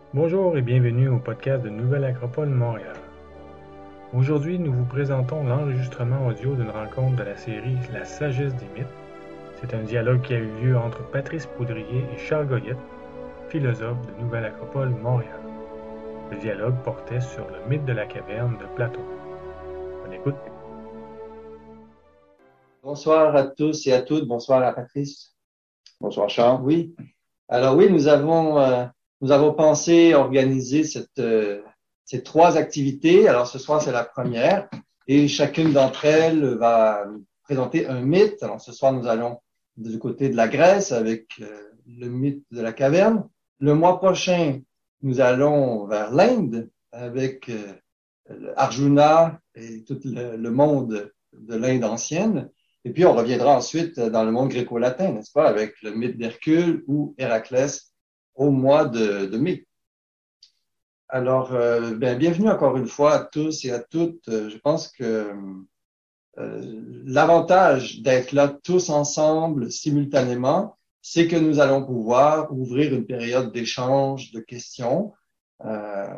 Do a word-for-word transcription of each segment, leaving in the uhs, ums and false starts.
Bonjour et bienvenue au podcast de Nouvelle Acropole Montréal. Aujourd'hui, nous vous présentons l'enregistrement audio d'une rencontre de la série La sagesse des mythes. C'est un dialogue qui a eu lieu entre Patrice Poudrier et Charles Goyette, philosophe de Nouvelle Acropole Montréal. Le dialogue portait sur le mythe de la caverne de Platon. Bonne écoute. Bonsoir à tous et à toutes. Bonsoir à Patrice. Bonsoir Charles. Oui. Alors oui, nous avons euh, nous avons pensé organiser cette euh, ces trois activités. Alors ce soir c'est la première et chacune d'entre elles va présenter un mythe. Alors ce soir nous allons du côté de la Grèce avec euh, le mythe de la caverne. Le mois prochain nous allons vers l'Inde avec euh, Arjuna et tout le, le monde de l'Inde ancienne. Et puis, on reviendra ensuite dans le monde gréco-latin, n'est-ce pas, avec le mythe d'Hercule ou Héraclès au mois de, de mai. Alors, euh, ben, bienvenue encore une fois à tous et à toutes. Je pense que euh, l'avantage d'être là tous ensemble simultanément, c'est que nous allons pouvoir ouvrir une période d'échange, de questions. Euh,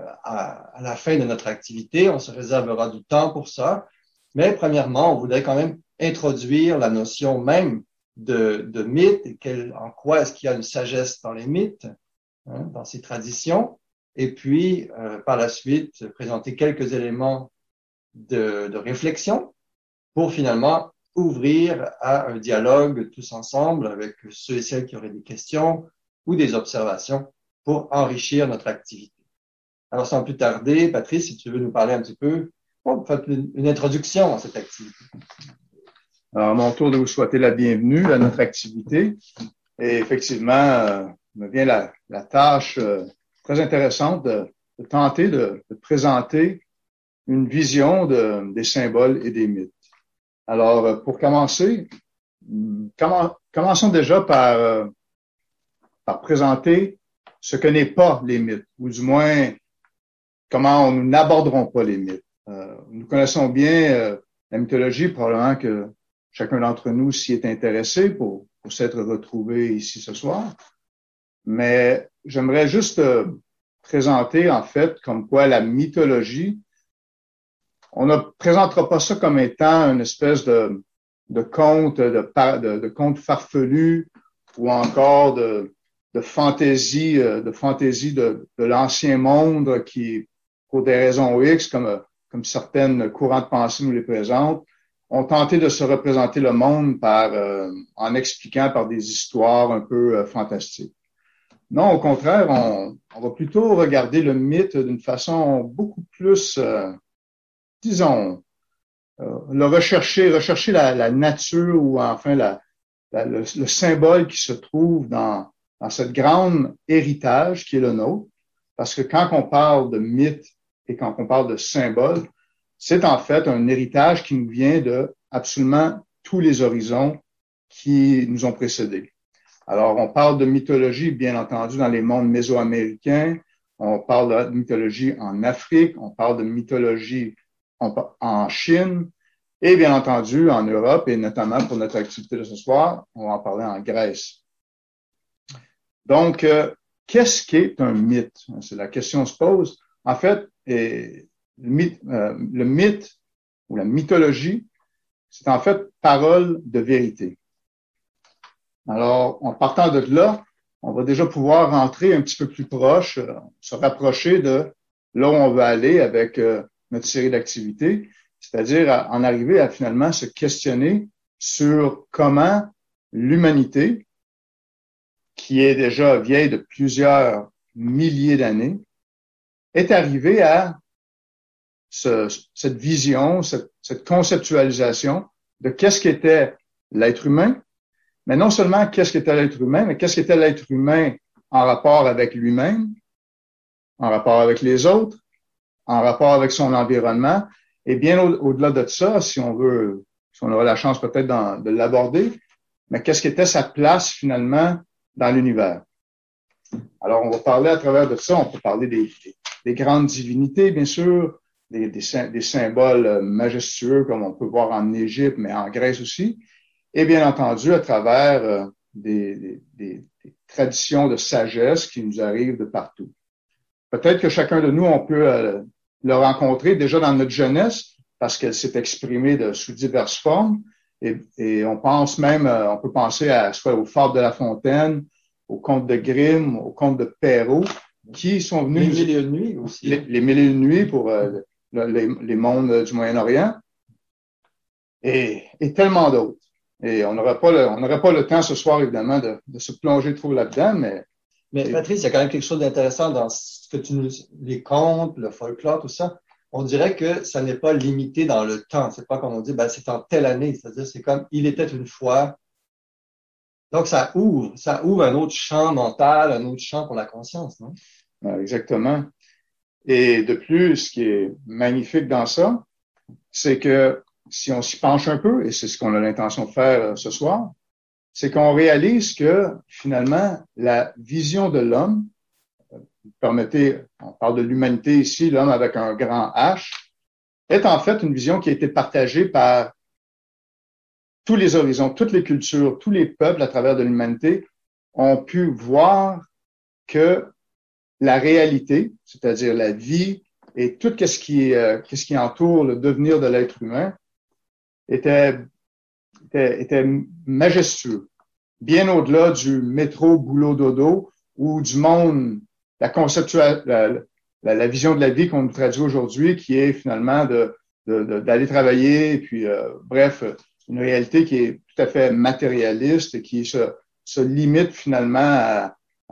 à, à la fin de notre activité, on se réservera du temps pour ça. Mais premièrement, on voudrait quand même introduire la notion même de, de mythe et quel, en quoi est-ce qu'il y a une sagesse dans les mythes, hein, dans ces traditions. Et puis, euh, par la suite, présenter quelques éléments de, de réflexion pour finalement ouvrir à un dialogue tous ensemble avec ceux et celles qui auraient des questions ou des observations pour enrichir notre activité. Alors, sans plus tarder, Patrice, si tu veux nous parler un petit peu, bon, faites une, une introduction à cette activité. Alors, à mon tour de vous souhaiter la bienvenue à notre activité. Et effectivement, euh, me vient la, la tâche euh, très intéressante de, de tenter de, de présenter une vision de, des symboles et des mythes. Alors, euh, pour commencer, comment, commençons déjà par, euh, par présenter ce que n'est pas les mythes, ou du moins comment nous n'aborderons pas les mythes. Euh, nous connaissons bien euh, la mythologie, probablement que chacun d'entre nous s'y est intéressé pour, pour s'être retrouvé ici ce soir. Mais j'aimerais juste euh, présenter, en fait, comme quoi la mythologie, on ne présentera pas ça comme étant une espèce de, de conte, de, de, de conte farfelu ou encore de, de fantaisie, de fantaisie de, de l'ancien monde qui, pour des raisons X, comme, comme certaines courants de pensée nous les présentent, ont tenté de se représenter le monde par, euh, en expliquant par des histoires un peu euh, fantastiques. Non, au contraire, on, on va plutôt regarder le mythe d'une façon beaucoup plus, euh, disons, euh, le rechercher, rechercher la, la nature ou enfin la, la, le, le symbole qui se trouve dans, dans cette grande héritage qui est le nôtre. Parce que quand on parle de mythe et quand on parle de symbole, c'est en fait un héritage qui nous vient de absolument tous les horizons qui nous ont précédés. Alors, on parle de mythologie, bien entendu, dans les mondes mésoaméricains. On parle de mythologie en Afrique. On parle de mythologie en, en Chine. Et bien entendu, en Europe, et notamment pour notre activité de ce soir, on va en parler en Grèce. Donc, euh, qu'est-ce qu'est un mythe? C'est la question que se pose. En fait, et, le, mythe, euh, le mythe ou la mythologie, c'est en fait parole de vérité. Alors, en partant de là, on va déjà pouvoir rentrer un petit peu plus proche, euh, se rapprocher de là où on veut aller avec euh, notre série d'activités, c'est-à-dire à, en arriver à finalement se questionner sur comment l'humanité, qui est déjà vieille de plusieurs milliers d'années, est arrivée à ce, cette vision, cette, cette conceptualisation de qu'est-ce qu'était l'être humain, mais non seulement qu'est-ce qu'était l'être humain, mais qu'est-ce qu'était l'être humain en rapport avec lui-même, en rapport avec les autres, en rapport avec son environnement, et bien au- au-delà de ça, si on veut, si on aura la chance peut-être de l'aborder, mais qu'est-ce qu'était sa place finalement dans l'univers. Alors, on va parler à travers de ça, on peut parler des, des, des grandes divinités, bien sûr, des, des, des symboles majestueux comme on peut voir en Égypte, mais en Grèce aussi, et bien entendu à travers euh, des, des, des, des traditions de sagesse qui nous arrivent de partout. peut-être que chacun de nous, on peut euh, le rencontrer déjà dans notre jeunesse parce qu'elle s'est exprimée de, sous diverses formes. Et, et on pense même, euh, on peut penser à soit aux Fables de La Fontaine, aux contes de Grimm, aux contes de Perrault, qui sont venus... Les Mille et une Nuits aussi. Les, les Mille et une Nuits pour euh, le, les, les mondes du Moyen-Orient. Et, et tellement d'autres. Et on n'aurait pas le, on n'aurait pas le temps ce soir, évidemment, de, de se plonger trop là-dedans, mais... Mais Patrice, il y a quand même quelque chose d'intéressant dans ce que tu nous, les contes, le folklore, tout ça. On dirait que ça n'est pas limité dans le temps. C'est pas comme on dit, ben, c'est en telle année. C'est-à-dire, c'est comme, il était une fois. Donc, ça ouvre, ça ouvre un autre champ mental, un autre champ pour la conscience, non? Ouais, exactement. Et de plus, ce qui est magnifique dans ça, c'est que si on s'y penche un peu, et c'est ce qu'on a l'intention de faire euh, ce soir, c'est qu'on réalise que finalement, la vision de l'homme, euh, permettez, on parle de l'humanité ici, l'homme avec un grand H, est en fait une vision qui a été partagée par tous les horizons, toutes les cultures, tous les peuples à travers de l'humanité ont pu voir que la réalité, c'est-à-dire la vie et tout ce qui, euh, ce qui entoure le devenir de l'être humain, était, était, était majestueux, bien au-delà du métro, boulot, dodo ou du monde, la conceptuelle, la, la, la vision de la vie qu'on nous traduit aujourd'hui, qui est finalement de, de, de d'aller travailler, et puis euh, bref, une réalité qui est tout à fait matérialiste et qui se, se limite finalement à,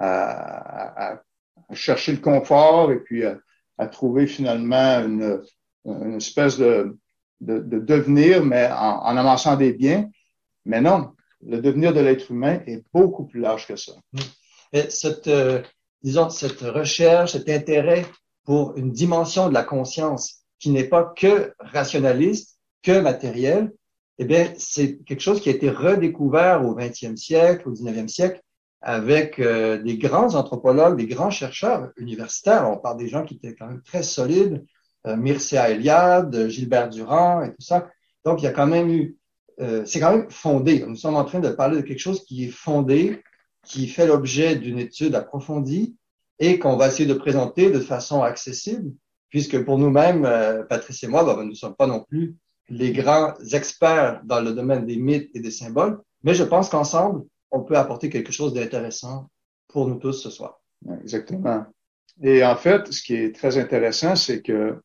à, à, à chercher le confort et puis à, à trouver finalement une, une espèce de, de, de devenir, mais en, en amassant des biens. Mais non, le devenir de l'être humain est beaucoup plus large que ça. Et cette, euh, disons, cette recherche, cet intérêt pour une dimension de la conscience qui n'est pas que rationaliste, que matérielle, eh bien, c'est quelque chose qui a été redécouvert au vingtième siècle, au dix-neuvième siècle, avec euh, des grands anthropologues, des grands chercheurs universitaires. On parle des gens qui étaient quand même très solides, euh, Mircea Eliade, Gilbert Durand et tout ça. Donc, il y a quand même eu, euh, c'est quand même fondé. Nous sommes en train de parler de quelque chose qui est fondé, qui fait l'objet d'une étude approfondie et qu'on va essayer de présenter de façon accessible, puisque pour nous-mêmes, euh, Patrice et moi, ben, nous ne sommes pas non plus les grands experts dans le domaine des mythes et des symboles, mais je pense qu'ensemble, on peut apporter quelque chose d'intéressant pour nous tous ce soir. Exactement. Et en fait, ce qui est très intéressant, c'est que,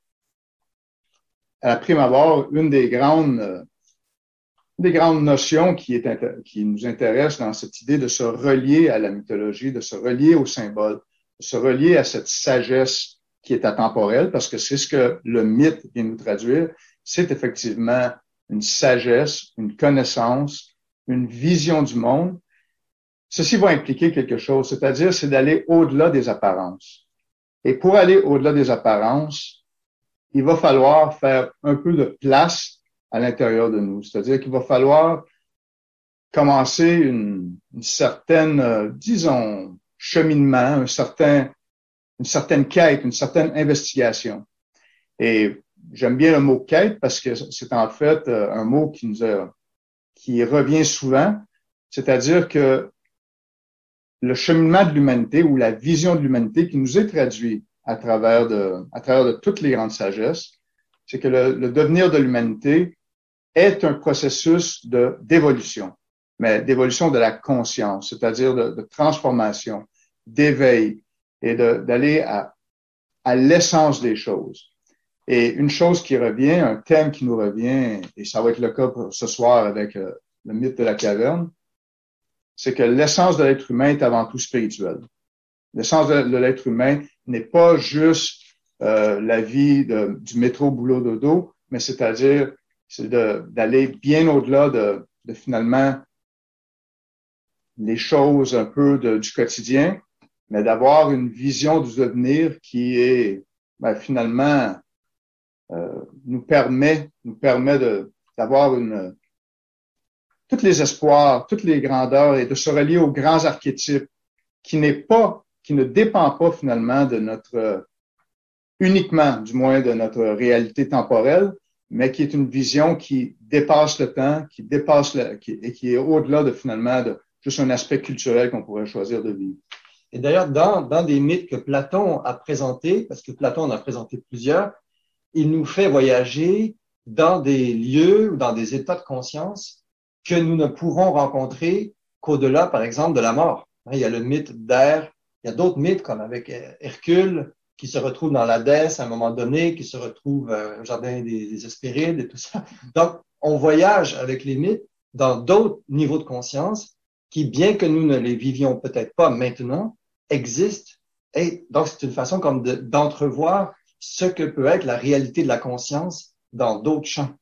à la prime abord, une des grandes, euh, des grandes notions qui, est, qui nous intéresse dans cette idée de se relier à la mythologie, de se relier au symbole, de se relier à cette sagesse qui est atemporelle, parce que c'est ce que le mythe vient nous traduire, c'est effectivement une sagesse, une connaissance, une vision du monde. Ceci va impliquer quelque chose, c'est-à-dire c'est d'aller au-delà des apparences. Et pour aller au-delà des apparences, il va falloir faire un peu de place à l'intérieur de nous. C'est-à-dire qu'il va falloir commencer une, une certaine, euh, disons, cheminement, un certain, une certaine quête, une certaine investigation. Et j'aime bien le mot quête parce que c'est en fait un mot qui nous a, qui revient souvent. C'est-à-dire que le cheminement de l'humanité ou la vision de l'humanité qui nous est traduit à travers de, à travers de toutes les grandes sagesses, c'est que le, le devenir de l'humanité est un processus de, d'évolution, mais d'évolution de la conscience, c'est-à-dire de, de transformation, d'éveil et de, d'aller à, à l'essence des choses. Et une chose qui revient, un thème qui nous revient, et ça va être le cas pour ce soir avec euh, le mythe de la caverne, c'est que l'essence de l'être humain est avant tout spirituelle. L'essence de, de l'être humain n'est pas juste euh, la vie de, du métro boulot dodo, mais c'est-à-dire c'est de, d'aller bien au-delà de, de finalement les choses un peu de, du quotidien, mais d'avoir une vision du devenir qui est ben, finalement euh, nous permet nous permet de d'avoir une tous les espoirs, toutes les grandeurs et de se relier aux grands archétypes qui n'est pas, qui ne dépend pas finalement de notre, uniquement du moins de notre réalité temporelle, mais qui est une vision qui dépasse le temps, qui dépasse le, qui, et qui est au-delà de finalement de juste un aspect culturel qu'on pourrait choisir de vivre. Et d'ailleurs, dans, dans des mythes que Platon a présentés, parce que Platon en a présenté plusieurs, il nous fait voyager dans des lieux ou dans des états de conscience que nous ne pourrons rencontrer qu'au-delà, par exemple, de la mort. Il y a le mythe d'Hère, il y a d'autres mythes comme avec Hercule, qui se retrouve dans l'Hadès à un moment donné, qui se retrouve au jardin des, des Hespérides et tout ça. Donc, on voyage avec les mythes dans d'autres niveaux de conscience qui, bien que nous ne les vivions peut-être pas maintenant, existent. Et donc, c'est une façon comme de, d'entrevoir ce que peut être la réalité de la conscience dans d'autres champs.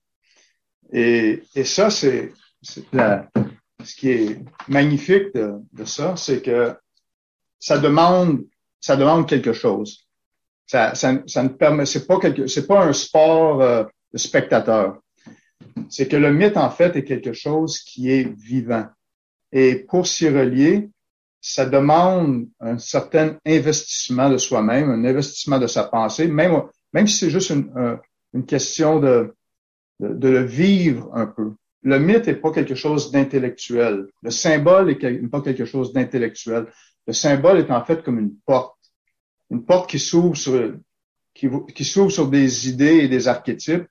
Et, et ça, c'est, c'est la, ce qui est magnifique de, de ça, c'est que ça demande, ça demande quelque chose. Ça, ça, ça ne permet, c'est pas quelque, c'est pas un sport euh, de spectateur. C'est que le mythe, en fait, est quelque chose qui est vivant. Et pour s'y relier, ça demande un certain investissement de soi-même, un investissement de sa pensée, même, même si c'est juste une, un, une question de, de, de le vivre un peu. Le mythe n'est pas quelque chose d'intellectuel. Le symbole n'est pas quelque chose d'intellectuel. Le symbole est en fait comme une porte. Une porte qui s'ouvre sur, qui, qui s'ouvre sur des idées et des archétypes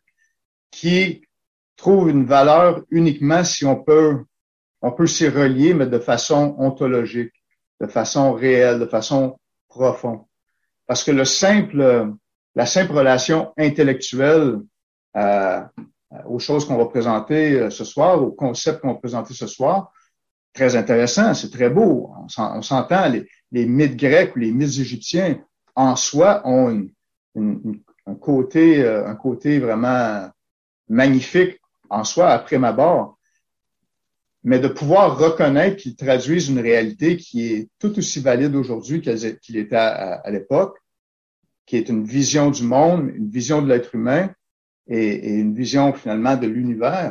qui trouvent une valeur uniquement si on peut, on peut s'y relier, mais de façon ontologique, de façon réelle, de façon profonde. Parce que le simple, la simple relation intellectuelle euh, aux choses qu'on va présenter ce soir, aux concepts qu'on va présenter ce soir, très intéressant, c'est très beau. On s'entend, les, les mythes grecs ou les mythes égyptiens, en soi, ont une, une, un côté, un côté vraiment magnifique en soi, à prime abord. Mais de pouvoir reconnaître qu'ils traduisent une réalité qui est tout aussi valide aujourd'hui qu'il était à, à l'époque, qui est une vision du monde, une vision de l'être humain et, et une vision finalement de l'univers,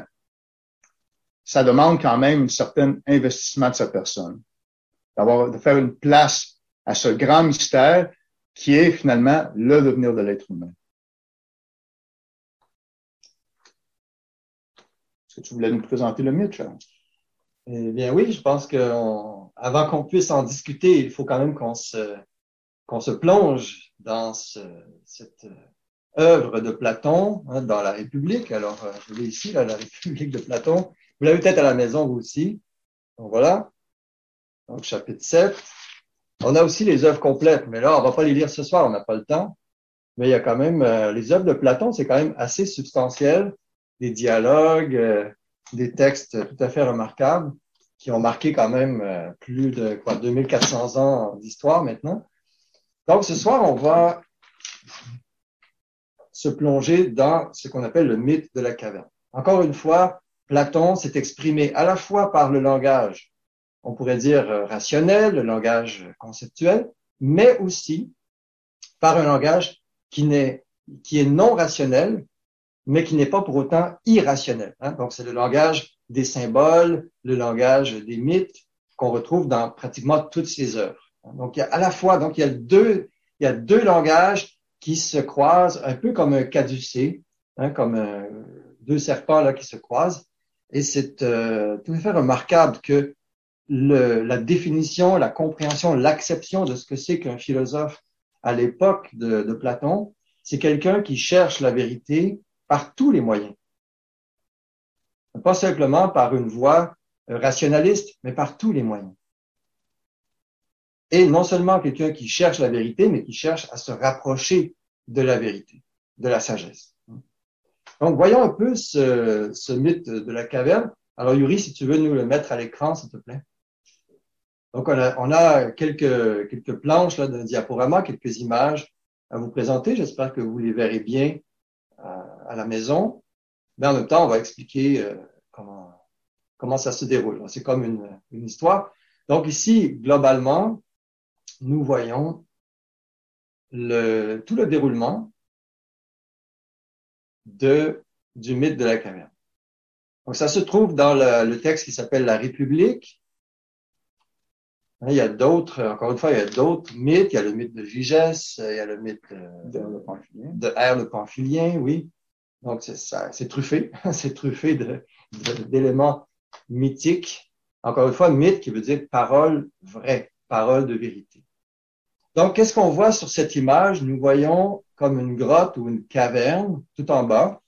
ça demande quand même un certain investissement de sa personne. D'avoir, de faire une place à ce grand mystère qui est finalement le devenir de l'être humain. Est-ce que tu voulais nous présenter le mythe, Charles? Eh bien oui, je pense que on, avant qu'on puisse en discuter, il faut quand même qu'on se, qu'on se plonge dans ce, cette œuvre de Platon, hein, dans la République. Alors, je l'ai ici, là, la République de Platon. Vous l'avez peut-être à la maison, vous aussi. Donc voilà. Donc, chapitre sept. On a aussi les œuvres complètes, mais là, on va pas les lire ce soir, on n'a pas le temps. Mais il y a quand même, euh, les œuvres de Platon, c'est quand même assez substantiel. Des dialogues, euh, des textes tout à fait remarquables qui ont marqué quand même euh, plus de quoi, deux mille quatre cents ans d'histoire maintenant. Donc, ce soir, on va se plonger dans ce qu'on appelle le mythe de la caverne. Encore une fois, Platon s'est exprimé à la fois par le langage, on pourrait dire euh, rationnel, le langage conceptuel, mais aussi par un langage qui n'est, qui est non rationnel, mais qui n'est pas pour autant irrationnel. Hein? Donc, c'est le langage des symboles, le langage des mythes qu'on retrouve dans pratiquement toutes ses œuvres. Donc, il y a à la fois, donc il y a deux, il y a deux langages qui se croisent, un peu comme un caducée, hein, comme un, deux serpents là qui se croisent. Et c'est euh, tout à fait remarquable que le, la définition, la compréhension, l'acception de ce que c'est qu'un philosophe à l'époque de, de Platon, c'est quelqu'un qui cherche la vérité par tous les moyens. Pas simplement par une voie rationaliste, mais par tous les moyens. Et non seulement quelqu'un qui cherche la vérité, mais qui cherche à se rapprocher de la vérité, de la sagesse. Donc, voyons un peu ce, ce mythe de la caverne. Alors, Yuri, si tu veux nous le mettre à l'écran, s'il te plaît. Donc, on a, on a quelques, quelques planches là, d'un diaporama, quelques images à vous présenter. J'espère que vous les verrez bien à, à la maison. Mais en même temps, on va expliquer euh, comment, comment ça se déroule. C'est comme une, une histoire. Donc, ici, globalement, nous voyons le, tout le déroulement de, du mythe de la caverne. Donc, ça se trouve dans le, le texte qui s'appelle La République. Il y a d'autres, encore une fois, il y a d'autres mythes. Il y a le mythe de Gigès, il y a le mythe de, le Pamphilien. de R. le Pamphilien, oui. Donc, c'est ça, c'est truffé. C'est truffé de, de, d'éléments mythiques. Encore une fois, mythe qui veut dire parole vraie, parole de vérité. Donc, qu'est-ce qu'on voit sur cette image? Nous voyons comme une grotte ou une caverne tout en bas.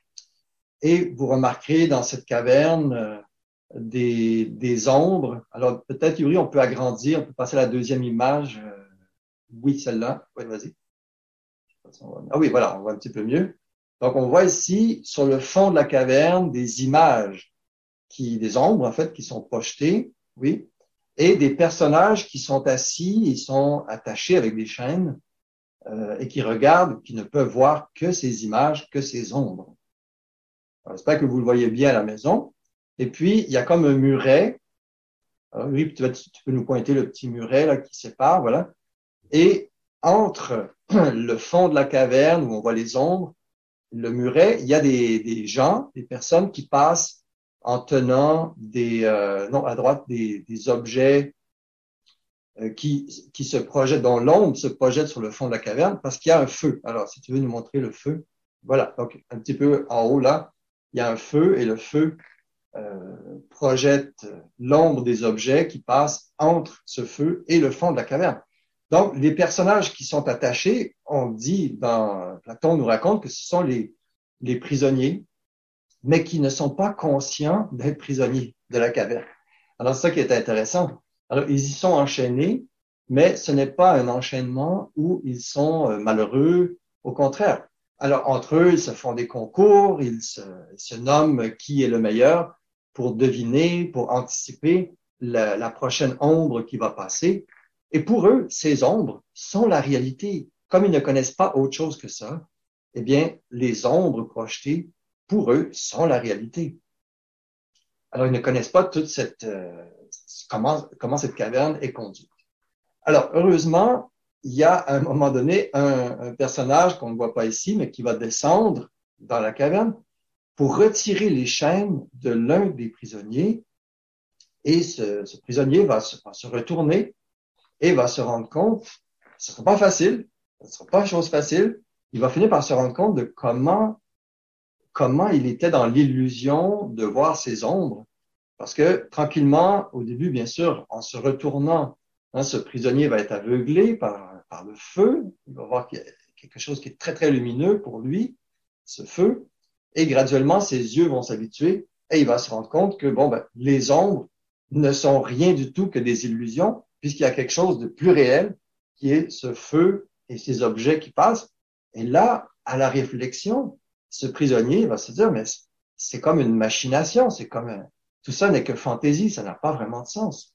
Et vous remarquerez dans cette caverne euh, des, des ombres. Alors, peut-être, Yuri, on peut agrandir, on peut passer à la deuxième image. Euh, oui, celle-là. Oui, vas-y. Ah oui, voilà, on voit un petit peu mieux. Donc, on voit ici, sur le fond de la caverne, des images, qui, des ombres, en fait, qui sont projetées, oui, et des personnages qui sont assis, ils sont attachés avec des chaînes, euh, et qui regardent, qui ne peuvent voir que ces images, que ces ombres. Alors, j'espère que vous le voyez bien à la maison. Et puis, il y a comme un muret. Alors, oui, tu, tu peux nous pointer le petit muret là qui sépare, voilà. Et entre le fond de la caverne où on voit les ombres, le muret, il y a des, des gens, des personnes qui passent en tenant des, euh, non, à droite, des, des objets euh, qui, qui se projettent, dont l'ombre se projette sur le fond de la caverne parce qu'il y a un feu. Alors, si tu veux nous montrer le feu, voilà. Donc, un petit peu en haut là, il y a un feu et le feu euh, projette l'ombre des objets qui passent entre ce feu et le fond de la caverne. Donc, les personnages qui sont attachés, on dit dans Platon nous raconte que ce sont les, les prisonniers, mais qui ne sont pas conscients d'être prisonniers de la caverne. Alors, c'est ça qui est intéressant. Alors, ils y sont enchaînés, mais ce n'est pas un enchaînement où ils sont malheureux. Au contraire. Alors, entre eux, ils se font des concours, ils se, ils se nomment qui est le meilleur pour deviner, pour anticiper la, la prochaine ombre qui va passer. Et pour eux, ces ombres sont la réalité. Comme ils ne connaissent pas autre chose que ça, eh bien, les ombres projetées, pour eux, sont la réalité. Alors, ils ne connaissent pas toute cette, euh, comment, comment cette caverne est conduite. Alors, heureusement, il y a à un moment donné un, un personnage qu'on ne voit pas ici, mais qui va descendre dans la caverne pour retirer les chaînes de l'un des prisonniers. Et ce, ce prisonnier va se, va se retourner et va se rendre compte, ce ne sera pas facile, ce ne sera pas une chose facile, il va finir par se rendre compte de comment, comment il était dans l'illusion de voir ces ombres. Parce que tranquillement, au début, bien sûr, en se retournant, hein, ce prisonnier va être aveuglé par, par le feu, il va voir qu'il y a quelque chose qui est très, très lumineux pour lui, ce feu, et graduellement, ses yeux vont s'habituer et il va se rendre compte que, bon, ben, les ombres ne sont rien du tout que des illusions, puisqu'il y a quelque chose de plus réel qui est ce feu et ces objets qui passent. Et là, à la réflexion, ce prisonnier va se dire, mais c'est comme une machination, c'est comme un, tout ça n'est que fantaisie, ça n'a pas vraiment de sens.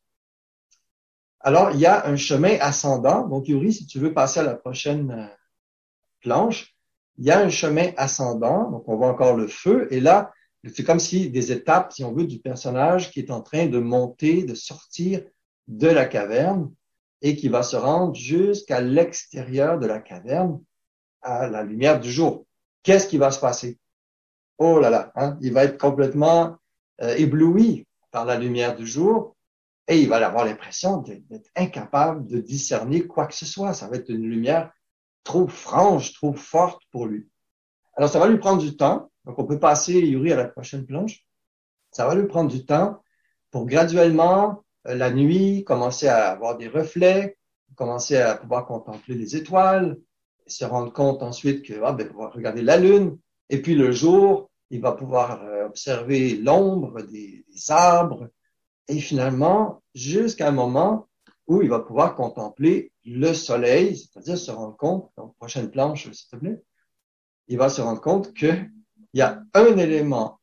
Alors, il y a un chemin ascendant. Donc, Yuri, si tu veux passer à la prochaine planche, il y a un chemin ascendant. Donc, on voit encore le feu. Et là, c'est comme si des étapes, si on veut, du personnage qui est en train de monter, de sortir de la caverne et qui va se rendre jusqu'à l'extérieur de la caverne à la lumière du jour. Qu'est-ce qui va se passer? Oh là là, hein? Il va être complètement euh, ébloui par la lumière du jour et il va avoir l'impression d'être incapable de discerner quoi que ce soit. Ça va être une lumière trop franche, trop forte pour lui. Alors, ça va lui prendre du temps. Donc, on peut passer, Yuri, à la prochaine planche. Ça va lui prendre du temps pour graduellement, euh, la nuit, commencer à avoir des reflets, commencer à pouvoir contempler les étoiles, se rendre compte ensuite que, ah, ben, on va regarder la lune. Et puis, le jour, il va pouvoir euh, observer l'ombre des, des arbres. Et finalement, jusqu'à un moment où il va pouvoir contempler le soleil, c'est-à-dire se rendre compte, donc, prochaine planche, s'il te plaît, il va se rendre compte qu'il y a un élément,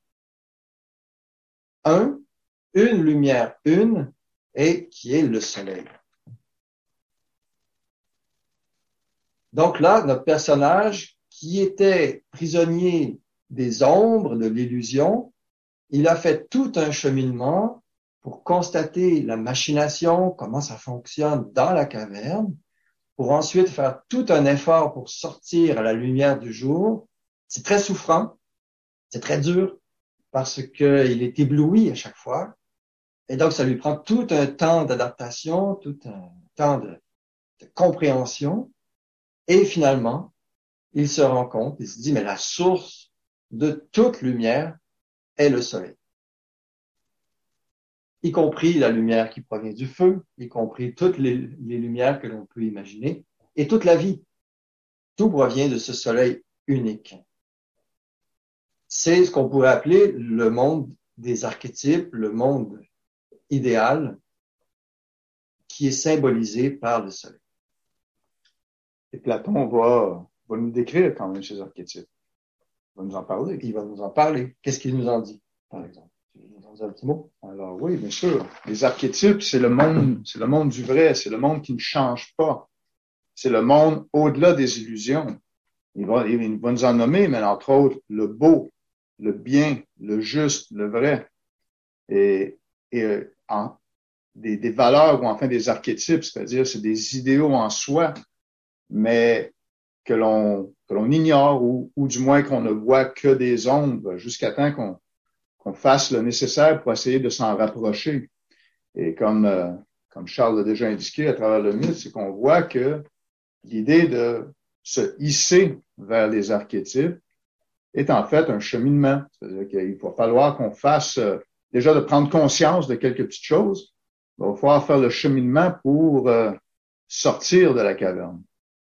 un, une lumière, une, et qui est le soleil. Donc là, notre personnage, qui était prisonnier des ombres, de l'illusion, il a fait tout un cheminement pour constater la machination, comment ça fonctionne dans la caverne, pour ensuite faire tout un effort pour sortir à la lumière du jour. C'est très souffrant, c'est très dur, parce qu'il est ébloui à chaque fois. Et donc, ça lui prend tout un temps d'adaptation, tout un temps de, de compréhension. Et finalement, il se rend compte, il se dit, mais la source de toute lumière est le soleil. y compris la lumière qui provient du feu, y compris toutes les, les lumières que l'on peut imaginer, et toute la vie. Tout provient de ce soleil unique. C'est ce qu'on pourrait appeler le monde des archétypes, le monde idéal qui est symbolisé par le soleil. Et Platon va, va nous décrire quand même ces archétypes. Il va nous en parler. Il va nous en parler. Qu'est-ce qu'il nous en dit, par exemple? Tu nous en dis un petit mot? Alors oui, bien sûr. Les archétypes, c'est le monde, c'est le monde du vrai, c'est le monde qui ne change pas. C'est le monde au-delà des illusions. Il va, il va nous en nommer, mais entre autres, le beau, le bien, le juste, le vrai. Et, et en, des, des valeurs ou enfin des archétypes, c'est-à-dire c'est des idéaux en soi, mais que l'on que l'on ignore ou, ou du moins qu'on ne voit que des ombres jusqu'à temps qu'on qu'on fasse le nécessaire pour essayer de s'en rapprocher. Et comme euh, comme Charles l'a déjà indiqué à travers le mythe, c'est qu'on voit que l'idée de se hisser vers les archétypes est en fait un cheminement. C'est-à-dire qu'il va falloir qu'on fasse, euh, déjà de prendre conscience de quelques petites choses, il va falloir faire le cheminement pour euh, sortir de la caverne.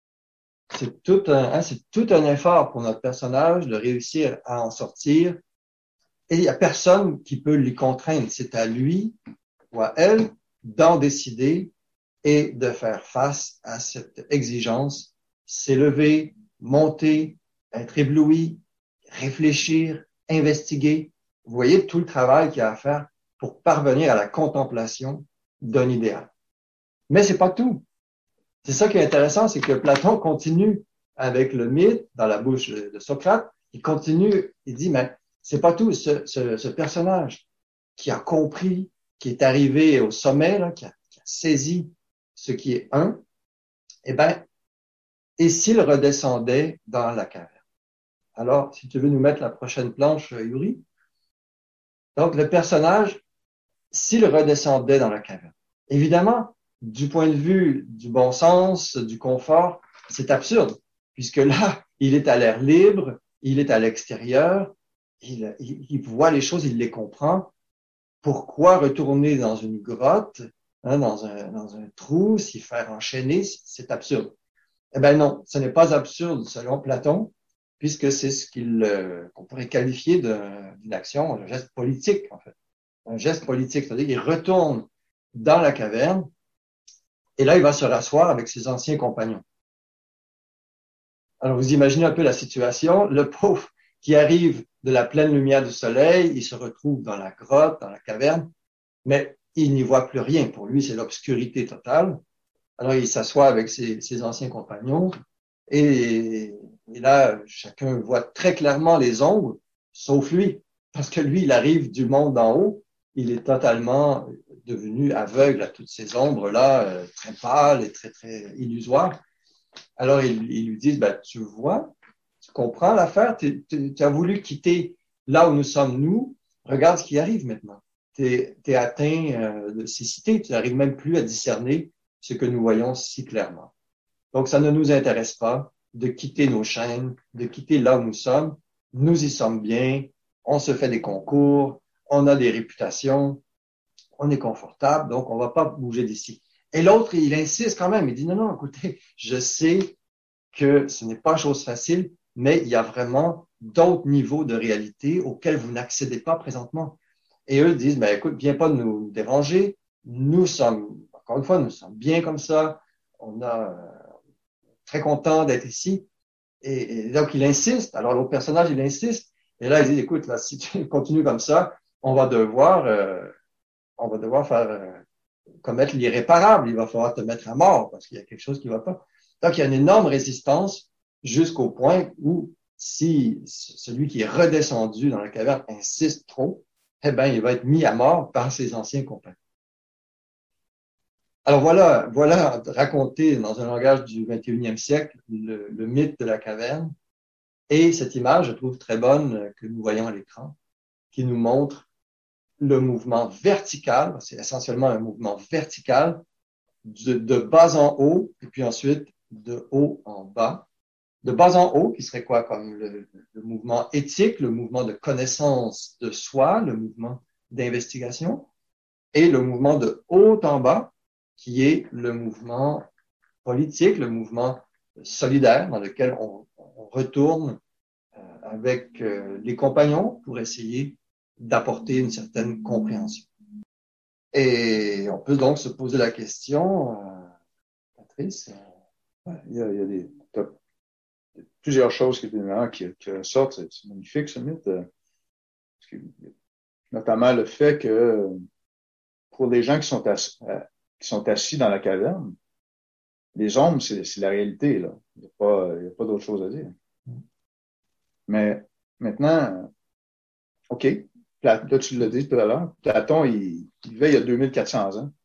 C'est tout un, hein, c'est tout un effort pour notre personnage de réussir à en sortir. Et il n'y a personne qui peut l'y contraindre. C'est à lui ou à elle d'en décider et de faire face à cette exigence, s'élever, monter, être ébloui, réfléchir, investiguer. Vous voyez tout le travail qu'il y a à faire pour parvenir à la contemplation d'un idéal. Mais c'est pas tout. C'est ça qui est intéressant, c'est que Platon continue avec le mythe dans la bouche de Socrate. Il continue, il dit, mais c'est pas tout. Ce, ce, ce personnage qui a compris, qui est arrivé au sommet, là, qui, a, qui a saisi ce qui est un, eh ben, et s'il redescendait dans la caverne? Alors, si tu veux nous mettre la prochaine planche, Yuri. Donc, le personnage, s'il redescendait dans la caverne, évidemment, du point de vue du bon sens, du confort, c'est absurde, puisque là, il est à l'air libre, il est à l'extérieur, il, il, il voit les choses, il les comprend. Pourquoi retourner dans une grotte, hein, dans, un, dans un trou, s'y faire enchaîner, c'est absurde. Eh bien non, ce n'est pas absurde selon Platon, puisque c'est ce qu'il, euh, qu'on pourrait qualifier d'une action, un geste politique, en fait. Un geste politique, c'est-à-dire qu'il retourne dans la caverne, et là, il va se rasseoir avec ses anciens compagnons. Alors, vous imaginez un peu la situation. Le pauvre qui arrive de la pleine lumière du soleil, il se retrouve dans la grotte, dans la caverne, mais il n'y voit plus rien. Pour lui, c'est l'obscurité totale. Alors, il s'assoit avec ses, ses anciens compagnons, et, et là, chacun voit très clairement les ombres, sauf lui, parce que lui, il arrive du monde d'en haut, il est totalement devenu aveugle à toutes ces ombres-là, euh, très pâles et très, très illusoires. Alors, ils, ils lui disent, ben, tu vois, tu comprends l'affaire, tu as voulu quitter là où nous sommes nous, regarde ce qui arrive maintenant. Tu es atteint euh, de cécité, tu n'arrives même plus à discerner ce que nous voyons si clairement. Donc, ça ne nous intéresse pas de quitter nos chaînes, de quitter là où nous sommes. Nous y sommes bien, on se fait des concours, on a des réputations, on est confortable, donc on va pas bouger d'ici. Et l'autre, il insiste quand même, il dit non, non, écoutez, je sais que ce n'est pas chose facile, mais il y a vraiment d'autres niveaux de réalité auxquels vous n'accédez pas présentement. Et eux disent, ben écoute, viens pas nous déranger, nous sommes, encore une fois, nous sommes bien comme ça, on a euh, très content d'être ici. Et, et donc il insiste, alors l'autre personnage, il insiste, et là il dit, écoute, là, si tu continues comme ça, on va devoir, euh, on va devoir faire euh, commettre l'irréparable. Il va falloir te mettre à mort parce qu'il y a quelque chose qui ne va pas. Donc, il y a une énorme résistance jusqu'au point où si celui qui est redescendu dans la caverne insiste trop, eh bien, il va être mis à mort par ses anciens compagnons. Alors voilà, voilà raconté dans un langage du vingt et unième siècle le, le mythe de la caverne. Et cette image, je trouve très bonne, que nous voyons à l'écran, qui nous montre le mouvement vertical, c'est essentiellement un mouvement vertical, de, de bas en haut, et puis ensuite de haut en bas. De bas en haut, qui serait quoi? Comme le, le mouvement éthique, le mouvement de connaissance de soi, le mouvement d'investigation. et le mouvement de haut en bas, qui est le mouvement politique, le mouvement solidaire dans lequel on, on retourne euh, avec euh, les compagnons pour essayer d'apporter une certaine compréhension. Et on peut donc se poser la question, euh, Patrice. Euh, il y a, il y a des, plusieurs choses qui, qui, qui ressortent. C'est, c'est magnifique, ce mythe. Euh, parce que, notamment le fait que pour les gens qui sont assis, euh, qui sont assis dans la caverne, les ombres, c'est, c'est la réalité, là. Il n'y a pas, il y a pas d'autre chose à dire. Mais maintenant, OK, là, tu l'as dit tout à l'heure, Platon, il, il vivait il y a deux mille quatre cents ans.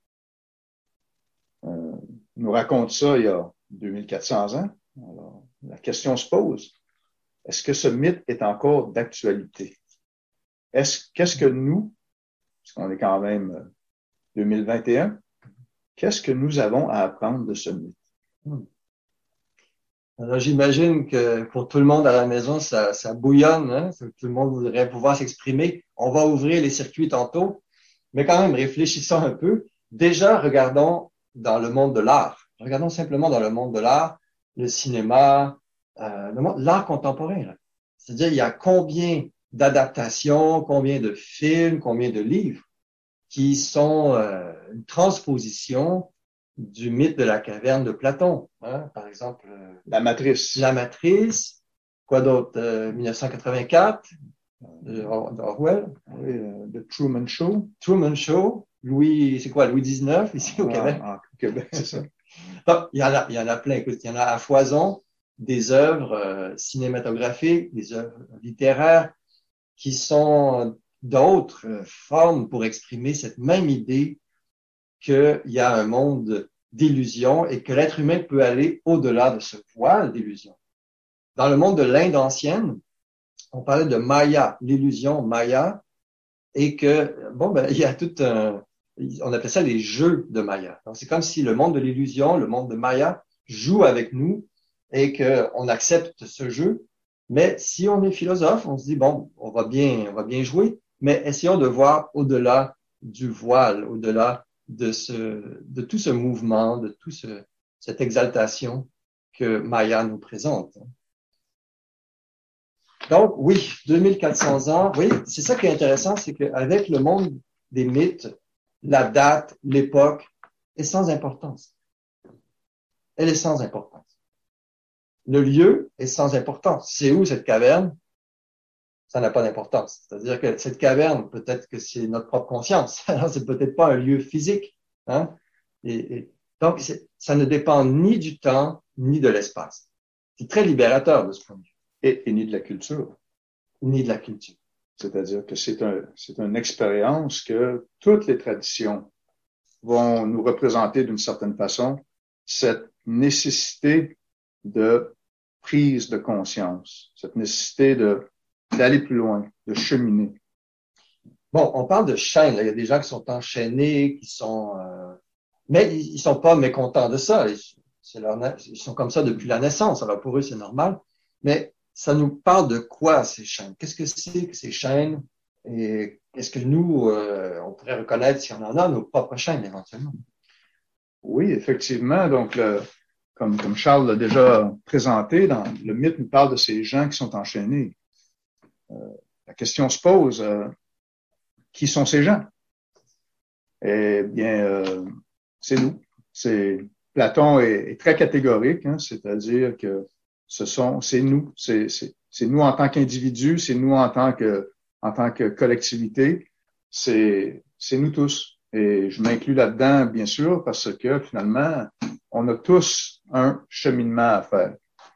Euh, il nous raconte ça il y a deux mille quatre cents ans. Alors, la question se pose, est-ce que ce mythe est encore d'actualité? Est-ce, qu'est-ce que nous, parce qu'on est quand même deux mille vingt et un, qu'est-ce que nous avons à apprendre de ce mythe? Hmm. Alors, j'imagine que pour tout le monde à la maison, ça, ça bouillonne, hein? Tout le monde voudrait pouvoir s'exprimer. On va ouvrir les circuits tantôt, mais quand même, réfléchissons un peu. Déjà, regardons dans le monde de l'art. Regardons simplement dans le monde de l'art, le cinéma, euh, le monde, l'art contemporain. Là. C'est-à-dire, il y a combien d'adaptations, combien de films, combien de livres qui sont euh, une transposition du mythe de la caverne de Platon. Hein? Par exemple, euh, La Matrice. La Matrice. Quoi d'autre? Euh, mille neuf cent quatre-vingt-quatre, de Orwell. Oui, euh, The Truman Show. Truman Show. Louis, c'est quoi, Louis dix-neuf, ici au ah, Québec? Ah, au Québec, c'est ça. Donc, il y en a, il y en a plein. Écoute, il y en a à foison des œuvres euh, cinématographiques, des œuvres littéraires qui sont d'autres euh, formes pour exprimer cette même idée qu'il y a un monde d'illusions et que l'être humain peut aller au-delà de ce voile d'illusions. Dans le monde de l'Inde ancienne, on parlait de Maya, l'illusion Maya, et que, bon, ben, il y a tout un, on appelait ça les jeux de Maya. Donc, c'est comme si le monde de l'illusion, le monde de Maya, joue avec nous et qu'on accepte ce jeu. Mais si on est philosophe, on se dit, bon, on va bien, on va bien jouer, mais essayons de voir au-delà du voile, au-delà de ce, de tout ce mouvement, de tout ce, cette exaltation que Maya nous présente. Donc, oui, deux mille quatre cents ans, oui, c'est ça qui est intéressant, c'est qu'avec le monde des mythes, la date, l'époque est sans importance. Elle est sans importance. Le lieu est sans importance. C'est où cette caverne? Ça n'a pas d'importance. C'est-à-dire que cette caverne, peut-être que c'est notre propre conscience. Alors, c'est peut-être pas un lieu physique. Hein? Et, et, donc, ça ne dépend ni du temps, ni de l'espace. C'est très libérateur de ce point de vue. Et, et ni de la culture. Ni de la culture. C'est-à-dire que c'est un, c'est une expérience que toutes les traditions vont nous représenter d'une certaine façon, cette nécessité de prise de conscience, cette nécessité de, d'aller plus loin, de cheminer. Bon, on parle de chaînes. Là. Il y a des gens qui sont enchaînés, qui sont... Euh... Mais ils sont pas mécontents de ça. C'est leur na... Ils sont comme ça depuis la naissance. Alors pour eux, c'est normal. Mais ça nous parle de quoi, ces chaînes? Qu'est-ce que c'est que ces chaînes? Et est-ce que nous, euh, on pourrait reconnaître, si on en a, nos propres chaînes, éventuellement? Oui, effectivement. Donc, le, comme, comme Charles l'a déjà présenté, dans, le mythe nous parle de ces gens qui sont enchaînés. Euh, la question se pose, euh, qui sont ces gens? Eh bien, euh, c'est nous. C'est, Platon est, est très catégorique, hein, c'est-à-dire que ce sont, c'est nous, c'est, c'est, c'est nous en tant qu'individus, c'est nous en tant que, en tant que collectivité, c'est, c'est nous tous. Et je m'inclus là-dedans, bien sûr, parce que finalement, on a tous un cheminement à faire.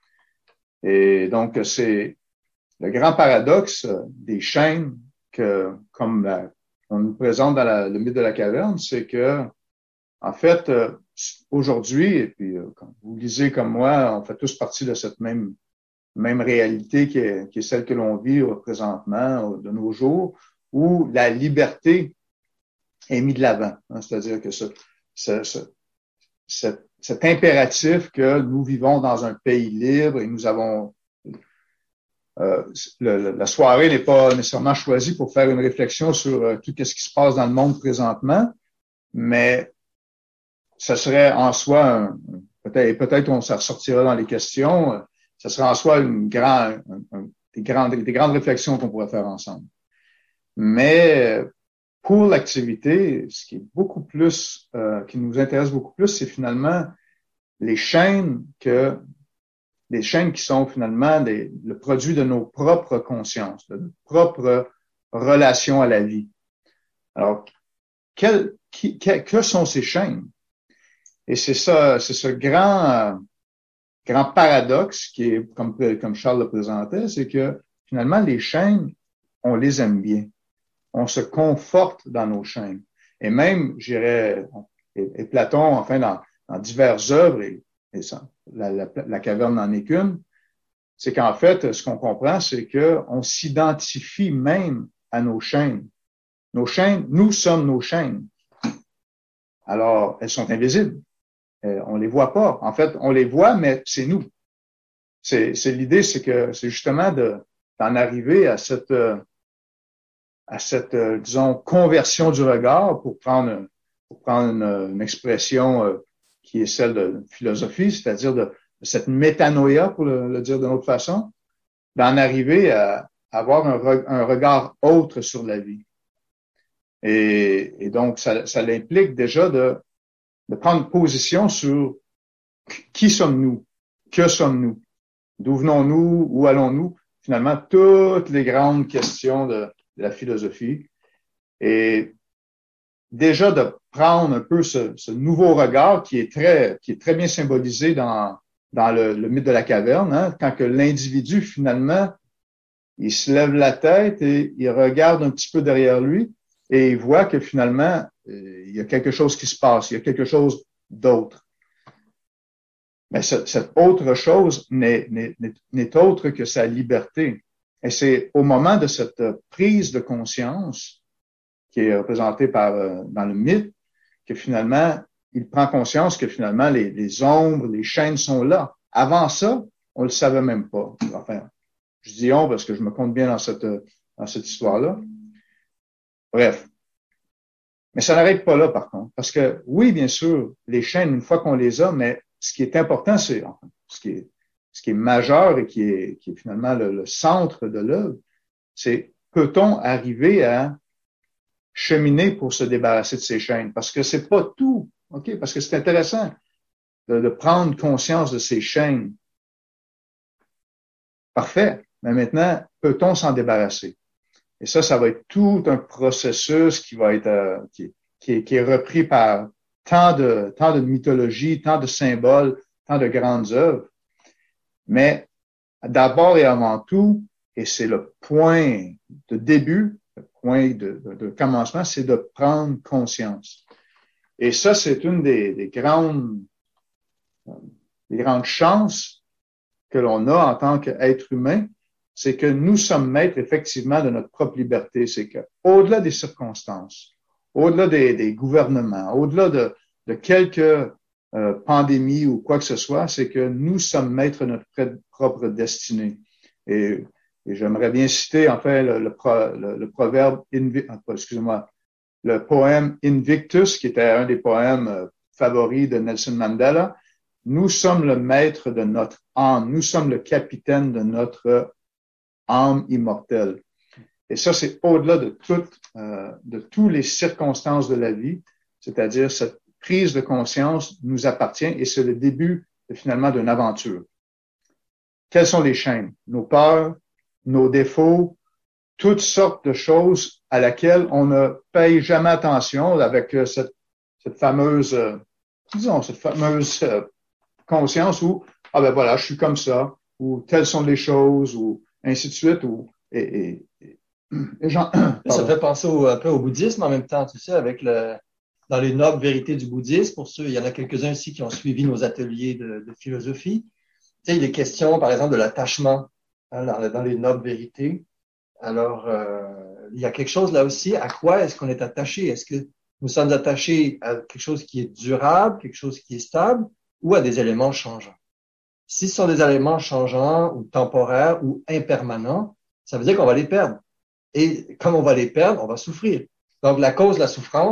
Et donc, c'est le grand paradoxe des chaînes que, comme la, on nous présente dans la, le mythe de la caverne, c'est que, en fait, aujourd'hui, et puis quand vous lisez comme moi, on fait tous partie de cette même même réalité qui est, qui est celle que l'on vit présentement, de nos jours, où la liberté est mise de l'avant. Hein, c'est-à-dire que ce, ce, ce, cet, cet impératif que nous vivons dans un pays libre et nous avons... Euh, le, la soirée n'est pas nécessairement choisie pour faire une réflexion sur euh, tout ce qui se passe dans le monde présentement, mais ça serait en soi, un, peut-être, peut-être on s'en ressortira dans les questions, ça serait en soi une grande, un, un, des grandes, des grandes réflexions qu'on pourrait faire ensemble. Mais pour l'activité, ce qui est beaucoup plus, euh, qui nous intéresse beaucoup plus, c'est finalement les chaînes que, les chaînes qui sont finalement des, le produit de nos propres consciences, de nos propres relations à la vie. Alors, quel, qui, que, que sont ces chaînes? Et c'est ça, c'est ce grand, euh, grand paradoxe qui est, comme, comme Charles le présentait, c'est que finalement, les chaînes, on les aime bien. On se conforte dans nos chaînes. Et même, j'irais, et, et Platon, enfin, dans, dans diverses œuvres, et, et ça, la, la, la caverne n'en est qu'une, c'est qu'en fait, ce qu'on comprend, c'est qu'on s'identifie même à nos chaînes. Nos chaînes, nous sommes nos chaînes. Alors, elles sont invisibles. Euh, on les voit pas. En fait, on les voit, mais c'est nous. C'est, c'est l'idée, c'est que c'est justement de, d'en arriver à cette, euh, à cette, euh, disons, conversion du regard, pour prendre, pour prendre une, une expression euh, qui est celle de philosophie, c'est-à-dire de, de cette métanoïa, pour le, le dire d'une autre façon, d'en arriver à, à avoir un, re, un regard autre sur la vie. Et, et donc, ça, ça l'implique déjà de, de prendre position sur qui sommes-nous, que sommes-nous, d'où venons-nous, où allons-nous, finalement, toutes les grandes questions de, de la philosophie. Et déjà de prendre un peu ce, ce nouveau regard qui est très, qui est très bien symbolisé dans, dans le, le mythe de la caverne, hein, quand que l'individu, finalement, il se lève la tête et il regarde un petit peu derrière lui et il voit que finalement, euh, il y a quelque chose qui se passe, il y a quelque chose d'autre. Mais ce, cette autre chose n'est, n'est, n'est autre que sa liberté. Et c'est au moment de cette prise de conscience qui est représentée par, euh, dans le mythe, que finalement, il prend conscience que finalement, les, les ombres, les chaînes sont là. Avant ça, on le savait même pas. Enfin, je dis on parce que je me compte bien dans cette, dans cette histoire-là. Bref. Mais ça n'arrête pas là, par contre. Parce que, oui, bien sûr, les chaînes, une fois qu'on les a, mais ce qui est important, c'est, enfin, ce qui est, ce qui est majeur et qui est, qui est finalement le, le centre de l'œuvre, c'est peut-on arriver à cheminer pour se débarrasser de ces chaînes? Parce que c'est pas tout, OK? Parce que c'est intéressant de, de prendre conscience de ces chaînes. Parfait. Mais maintenant, peut-on s'en débarrasser? Et ça, ça va être tout un processus qui va être, euh, qui, qui, est, qui est repris par tant de, tant de mythologies, tant de symboles, tant de grandes œuvres. Mais d'abord et avant tout, et c'est le point de début, le point de, de, de commencement, c'est de prendre conscience. Et ça, c'est une des, des grandes, des grandes chances que l'on a en tant qu'être humain, c'est que nous sommes maîtres effectivement de notre propre liberté. C'est que, au-delà des circonstances, au-delà des, des gouvernements, au-delà de, de quelques euh, pandémies ou quoi que ce soit, c'est que nous sommes maîtres de notre propre destinée. Et, et j'aimerais bien citer, en fait, le, le, le, le proverbe, excusez-moi, le poème Invictus, qui était un des poèmes favoris de Nelson Mandela. Nous sommes le maître de notre âme. Nous sommes le capitaine de notre âme immortelle. Et ça, c'est au-delà de toutes, euh, de toutes les circonstances de la vie, c'est-à-dire cette prise de conscience nous appartient et c'est le début finalement d'une aventure. Quelles sont les chaînes? Nos peurs, nos défauts, toutes sortes de choses à laquelle on ne paye jamais attention avec euh, cette, cette fameuse, euh, disons, cette fameuse euh, conscience où, ah ben voilà, je suis comme ça, ou telles sont les choses, ou ainsi de suite, ou, et, et, et, et genre, ça fait penser au, un peu au bouddhisme en même temps, tu sais, avec le, dans les nobles vérités du bouddhisme, pour ceux, il y en a quelques-uns ici qui ont suivi nos ateliers de, de philosophie. Tu sais, il est question, par exemple, de l'attachement hein, dans, dans les nobles vérités. Alors, euh, il y a quelque chose là aussi, à quoi est-ce qu'on est attaché? Est-ce que nous sommes attachés à quelque chose qui est durable, quelque chose qui est stable, ou à des éléments changeants? Si ce sont des éléments changeants ou temporaires ou impermanents, ça veut dire qu'on va les perdre. Et comme on va les perdre, on va souffrir. Donc, la cause de la souffrance,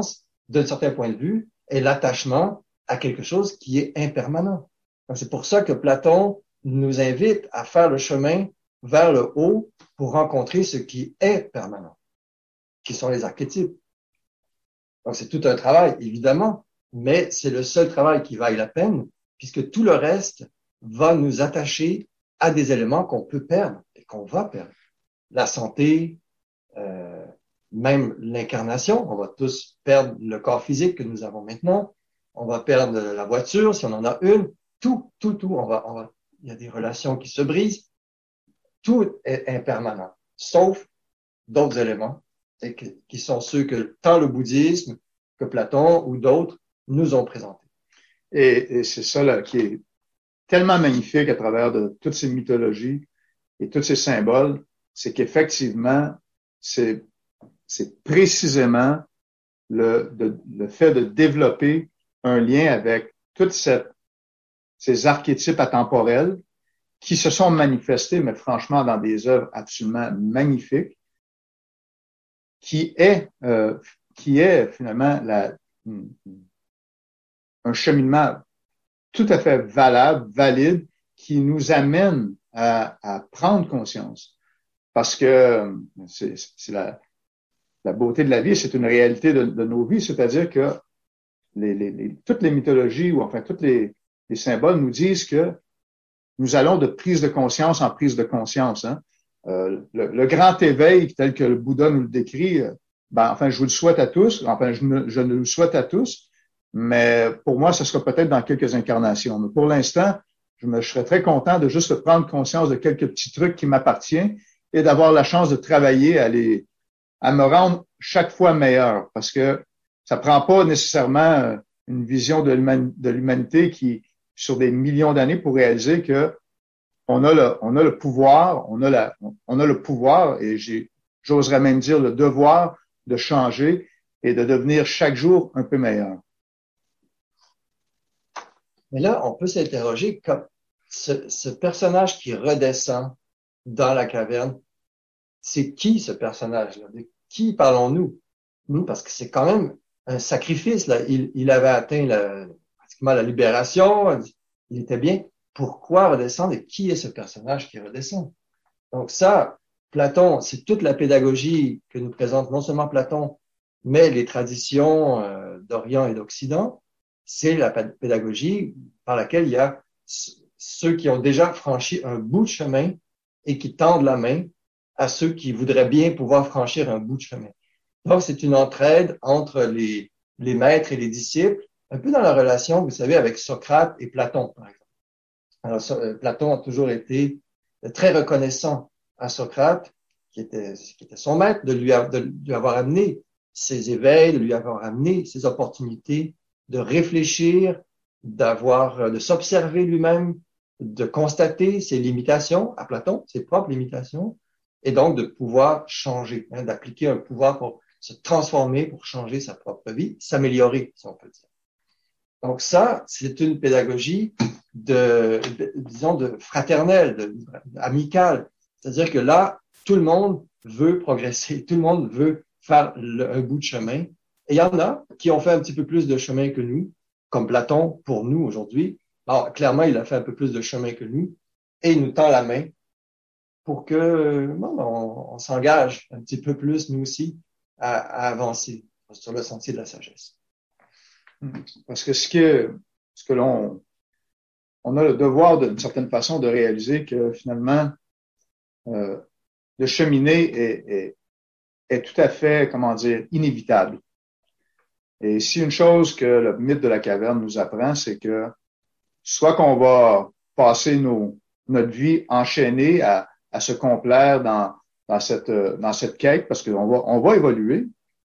d'un certain point de vue, est l'attachement à quelque chose qui est impermanent. Donc, c'est pour ça que Platon nous invite à faire le chemin vers le haut pour rencontrer ce qui est permanent, qui sont les archétypes. Donc, c'est tout un travail, évidemment, mais c'est le seul travail qui vaille la peine, puisque tout le reste va nous attacher à des éléments qu'on peut perdre et qu'on va perdre. La santé, euh, même l'incarnation, on va tous perdre le corps physique que nous avons maintenant, on va perdre la voiture si on en a une, tout, tout, tout, on va, on va, il y a des relations qui se brisent, tout est impermanent, sauf d'autres éléments, et que, qui sont ceux que tant le bouddhisme que Platon ou d'autres nous ont présentés. Et, et c'est ça là, qui est tellement magnifique à travers de toutes ces mythologies et tous ces symboles, c'est qu'effectivement, c'est, c'est précisément le, de, le fait de développer un lien avec toutes cette, ces archétypes atemporels qui se sont manifestés, mais franchement, dans des œuvres absolument magnifiques, qui est, euh, qui est finalement la, un cheminement tout à fait valable, valide, qui nous amène à, à prendre conscience. Parce que c'est, c'est la, la beauté de la vie, c'est une réalité de, de nos vies, c'est-à-dire que les, les, les, toutes les mythologies, ou enfin tous les, les symboles nous disent que nous allons de prise de conscience en prise de conscience. Hein. Euh, le, le grand éveil, tel que le Bouddha nous le décrit, ben, enfin, je vous le souhaite à tous, enfin, je, ne, je ne le souhaite à tous, mais pour moi, ce sera peut-être dans quelques incarnations. Mais pour l'instant, je, me, je serais très content de juste prendre conscience de quelques petits trucs qui m'appartiennent et d'avoir la chance de travailler à les, à me rendre chaque fois meilleur, parce que ça prend pas nécessairement une vision de, l'human, de l'humanité qui, sur des millions d'années, pour réaliser que on a le, on a le pouvoir, on a la, on a le pouvoir, et j'ai, j'oserais même dire le devoir de changer et de devenir chaque jour un peu meilleur. Mais là, on peut s'interroger comme ce, ce personnage qui redescend dans la caverne, c'est qui ce personnage-là? De qui parlons-nous? Nous, parce que c'est quand même un sacrifice, là. Il, il avait atteint la, pratiquement la libération, il était bien. Pourquoi redescendre et qui est ce personnage qui redescend? Donc ça, Platon, c'est toute la pédagogie que nous présente non seulement Platon, mais les traditions euh, d'Orient et d'Occident. C'est la pédagogie par laquelle il y a ceux qui ont déjà franchi un bout de chemin et qui tendent la main à ceux qui voudraient bien pouvoir franchir un bout de chemin. Donc, c'est une entraide entre les, les maîtres et les disciples, un peu dans la relation, vous savez, avec Socrate et Platon, par exemple. Alors, Platon a toujours été très reconnaissant à Socrate, qui était, qui était son maître, de lui, de lui avoir amené ses éveils, de lui avoir amené ses opportunités de réfléchir, d'avoir, de s'observer lui-même, de constater ses limitations à Platon, ses propres limitations, et donc de pouvoir changer, hein, d'appliquer un pouvoir pour se transformer, pour changer sa propre vie, s'améliorer, si on peut dire. Donc ça, c'est une pédagogie de, de disons, de fraternelle, de, de amicale. C'est-à-dire que là, tout le monde veut progresser, tout le monde veut faire le, un bout de chemin. Et il y en a qui ont fait un petit peu plus de chemin que nous, comme Platon pour nous aujourd'hui. Alors, clairement, il a fait un peu plus de chemin que nous et il nous tend la main pour que bon, on, on s'engage un petit peu plus, nous aussi, à, à avancer sur le sentier de la sagesse. Parce que ce que, ce que l'on on a le devoir, d'une certaine façon, de réaliser que finalement, euh, le cheminer est, est, est tout à fait, comment dire, inévitable. Et si une chose que le mythe de la caverne nous apprend, c'est que soit qu'on va passer nos, notre vie enchaînée à, à se complaire dans, dans cette, dans cette quête, parce qu'on va, on va évoluer,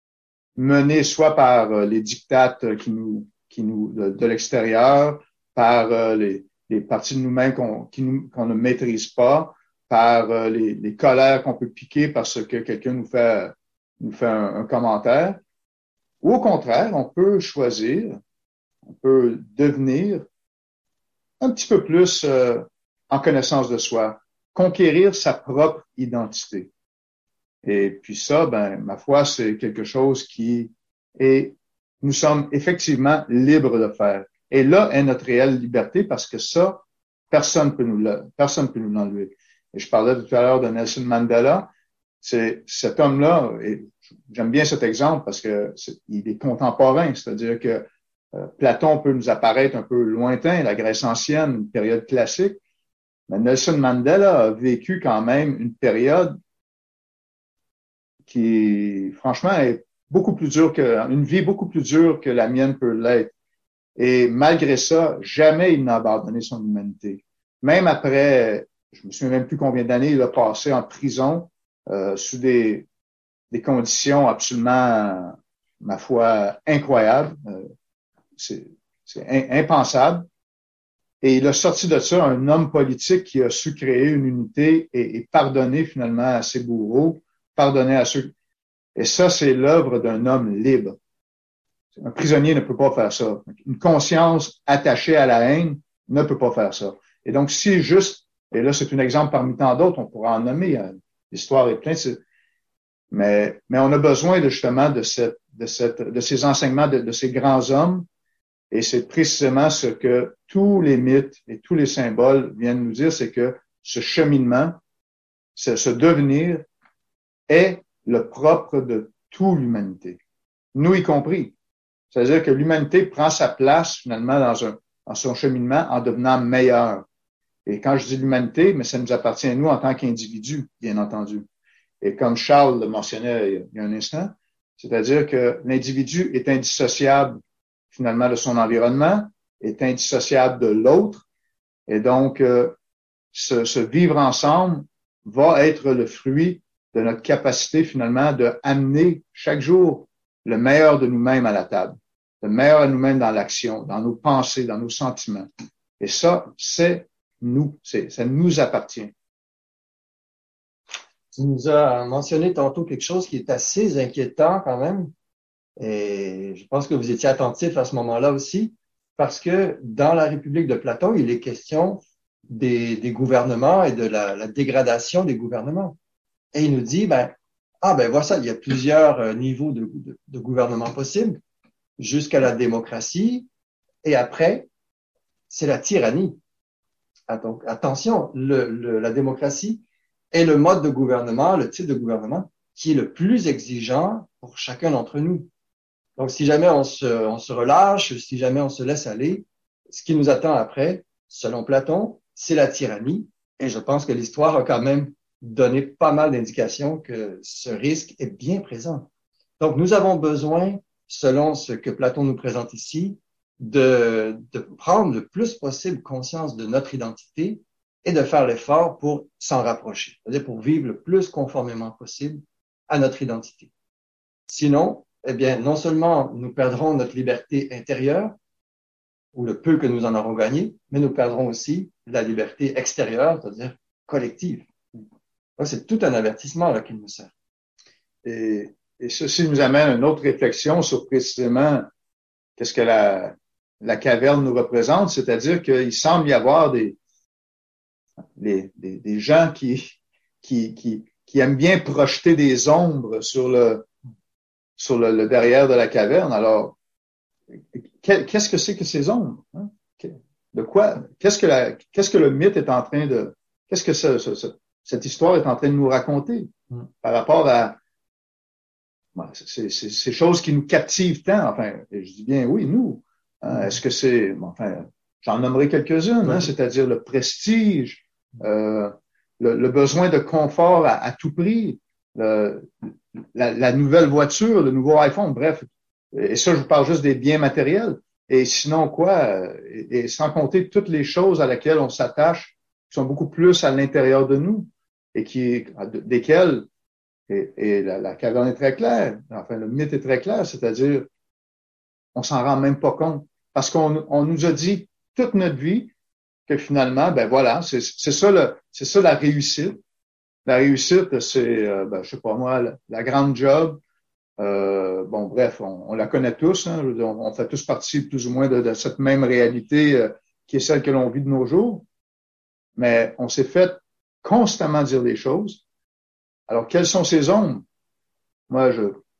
mené soit par les dictates qui nous, qui nous, de, de l'extérieur, par les, les parties de nous-mêmes qu'on, qui nous, qu'on ne maîtrise pas, par les, les colères qu'on peut piquer parce que quelqu'un nous fait, nous fait un, un commentaire. Ou au contraire, on peut choisir, on peut devenir un petit peu plus euh, en connaissance de soi, conquérir sa propre identité. Et puis ça, ben, ma foi, c'est quelque chose qui est nous sommes effectivement libres de faire. Et là est notre réelle liberté parce que ça, personne peut nous le, personne peut nous l'enlever. Et je parlais tout à l'heure de Nelson Mandela. C'est cet homme-là, et j'aime bien cet exemple parce que c'est, il est contemporain, c'est-à-dire que euh, Platon peut nous apparaître un peu lointain, la Grèce ancienne, une période classique, mais Nelson Mandela a vécu quand même une période qui, franchement, est beaucoup plus dure que, une vie beaucoup plus dure que la mienne peut l'être. Et malgré ça, jamais il n'a abandonné son humanité. Même après, je me souviens même plus combien d'années il a passé en prison, euh, sous des, des conditions absolument, ma foi, incroyables. Euh, c'est, c'est in, impensable. Et il a sorti de ça un homme politique qui a su créer une unité et, et pardonner finalement à ses bourreaux, pardonner à ceux. Et ça, c'est l'œuvre d'un homme libre. Un prisonnier ne peut pas faire ça. Une conscience attachée à la haine ne peut pas faire ça. Et donc, si juste, et là, c'est un exemple parmi tant d'autres, on pourra en nommer, hein, l'histoire est pleine, c'est, mais, mais on a besoin de, justement de cette, de cette, de ces enseignements de, de ces grands hommes. Et c'est précisément ce que tous les mythes et tous les symboles viennent nous dire, c'est que ce cheminement, ce, ce devenir est le propre de toute l'humanité, nous y compris. C'est-à-dire que l'humanité prend sa place finalement dans, un, dans son cheminement en devenant meilleure. Et quand je dis l'humanité, mais ça nous appartient à nous en tant qu'individus, bien entendu. Et comme Charles le mentionnait il y a un instant, c'est-à-dire que l'individu est indissociable finalement de son environnement, est indissociable de l'autre. Et donc, euh, ce, ce vivre ensemble va être le fruit de notre capacité finalement de amener chaque jour le meilleur de nous-mêmes à la table, le meilleur de nous-mêmes dans l'action, dans nos pensées, dans nos sentiments. Et ça, c'est nous, c'est, ça nous appartient. Tu nous as mentionné tantôt quelque chose qui est assez inquiétant quand même. Et je pense que vous étiez attentif à ce moment-là aussi, parce que dans la République de Platon, il est question des, des gouvernements et de la, la dégradation des gouvernements. Et il nous dit, ben, ah ben voilà ça, il y a plusieurs niveaux de, de, de gouvernement possibles, jusqu'à la démocratie, et après, c'est la tyrannie. Donc, attention, le, le, la démocratie est le mode de gouvernement, le type de gouvernement qui est le plus exigeant pour chacun d'entre nous. Donc, si jamais on se, on se relâche, si jamais on se laisse aller, ce qui nous attend après, selon Platon, c'est la tyrannie. Et je pense que l'histoire a quand même donné pas mal d'indications que ce risque est bien présent. Donc, nous avons besoin, selon ce que Platon nous présente ici, de, de prendre le plus possible conscience de notre identité et de faire l'effort pour s'en rapprocher, c'est-à-dire pour vivre le plus conformément possible à notre identité. Sinon, eh bien, non seulement nous perdrons notre liberté intérieure, ou le peu que nous en aurons gagné, mais nous perdrons aussi la liberté extérieure, c'est-à-dire collective. Donc, c'est tout un avertissement là qu'il nous sert. Et, et ceci nous amène à une autre réflexion sur précisément qu'est-ce que la, la caverne nous représente, c'est-à-dire qu'il semble y avoir des, des, des, des gens qui, qui, qui, qui aiment bien projeter des ombres sur le, sur le, le derrière de la caverne. Alors, qu'est-ce que c'est que ces ombres? Hein? De quoi? Qu'est-ce que la, qu'est-ce que le mythe est en train de, qu'est-ce que ce, ce, ce, cette histoire est en train de nous raconter mm. par rapport à bon, c'est, c'est, ces choses qui nous captivent tant? Enfin, je dis bien oui, nous. Hein, mm. Est-ce que c'est, bon, enfin, j'en nommerai quelques-unes, mm. hein, c'est-à-dire le prestige, euh, le, le besoin de confort à, à tout prix, le, la, la nouvelle voiture, le nouveau iPhone, bref. Et ça, je vous parle juste des biens matériels. Et sinon quoi? Et, et sans compter toutes les choses à laquelle on s'attache, qui sont beaucoup plus à l'intérieur de nous et qui, desquelles, et, et la, la caverne est très claire, enfin le mythe est très clair, c'est-à-dire, on s'en rend même pas compte. Parce qu'on on nous a dit toute notre vie que finalement, ben voilà, c'est, c'est ça le, c'est ça la réussite. La réussite, c'est, euh, ben, je sais pas moi, la, la grande job. Euh, bon, bref, on, on la connaît tous. Hein, on, on fait tous partie plus ou moins de, de cette même réalité euh, qui est celle que l'on vit de nos jours. Mais on s'est fait constamment dire des choses. Alors, quelles sont ces ombres? Moi, je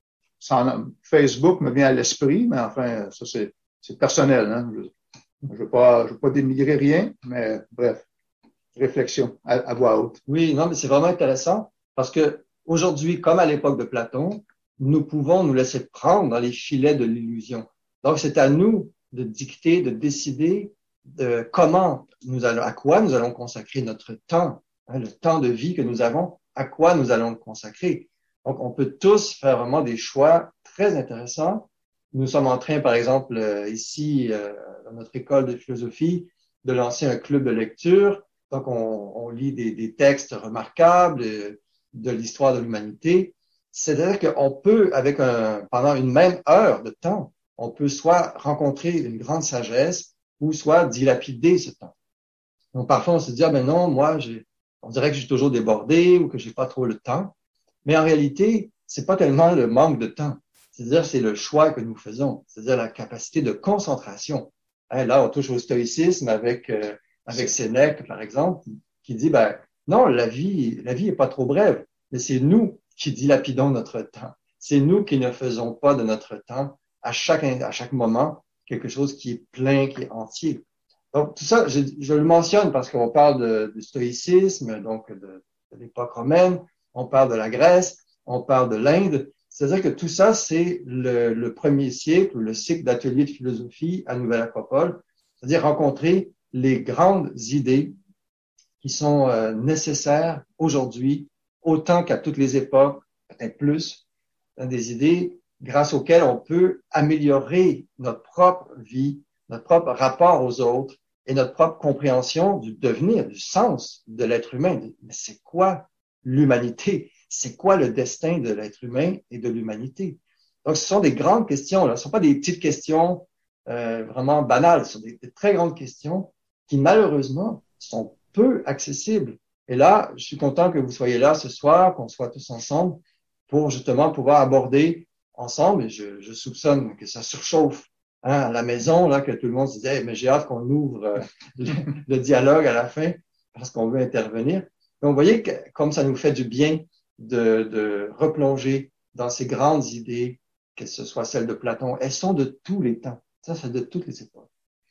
ça, Facebook me vient à l'esprit, mais enfin, ça, c'est, c'est personnel. Hein. Je ne veux pas, je veux pas dénigrer rien, mais bref, réflexion à, à voix haute. Oui, non, mais c'est vraiment intéressant parce que aujourd'hui, comme à l'époque de Platon, nous pouvons nous laisser prendre dans les filets de l'illusion. Donc, c'est à nous de dicter, de décider de comment nous allons, à quoi nous allons consacrer notre temps, hein, le temps de vie que nous avons, à quoi nous allons le consacrer. Donc, on peut tous faire vraiment des choix très intéressants. Nous sommes en train, par exemple, euh, ici, euh, dans notre école de philosophie, de lancer un club de lecture. Donc, on, on lit des, des textes remarquables de, de l'histoire de l'humanité. C'est-à-dire qu'on peut, avec un, pendant une même heure de temps, on peut soit rencontrer une grande sagesse ou soit dilapider ce temps. Donc, parfois, on se dit, ah ben non, moi, j'ai, on dirait que je suis toujours débordé ou que j'ai pas trop le temps. Mais en réalité, c'est pas tellement le manque de temps. C'est-à-dire, c'est le choix que nous faisons. C'est-à-dire la capacité de concentration. Hein, là, on touche au stoïcisme avec, euh, avec Sénèque, par exemple, qui dit, ben, non, la vie, la vie est pas trop brève, mais c'est nous qui dilapidons notre temps. C'est nous qui ne faisons pas de notre temps à chaque, à chaque moment quelque chose qui est plein, qui est entier. Donc, tout ça, je, je le mentionne parce qu'on parle de, du stoïcisme, donc de, de l'époque romaine, on parle de la Grèce, on parle de l'Inde. C'est-à-dire que tout ça, c'est le, le premier siècle, le cycle d'ateliers de philosophie à Nouvelle-Acropole, c'est-à-dire rencontrer les grandes idées qui sont euh, nécessaires aujourd'hui, autant qu'à toutes les époques, peut-être plus, hein, des idées grâce auxquelles on peut améliorer notre propre vie, notre propre rapport aux autres et notre propre compréhension du devenir, du sens de l'être humain. Mais c'est quoi l'humanité? C'est quoi le destin de l'être humain et de l'humanité? Donc, ce sont des grandes questions, là. Ce ne sont pas des petites questions euh, vraiment banales, ce sont des, des très grandes questions qui, malheureusement, sont peu accessibles. Et là, je suis content que vous soyez là ce soir, qu'on soit tous ensemble pour justement pouvoir aborder ensemble, et je, je soupçonne que ça surchauffe hein, à la maison, là, que tout le monde se disait, mais j'ai hâte qu'on ouvre euh, le, le dialogue à la fin parce qu'on veut intervenir. Donc, vous voyez que, comme ça nous fait du bien de, de replonger dans ces grandes idées, que ce soit celles de Platon, elles sont de tous les temps. Ça, c'est de toutes les époques.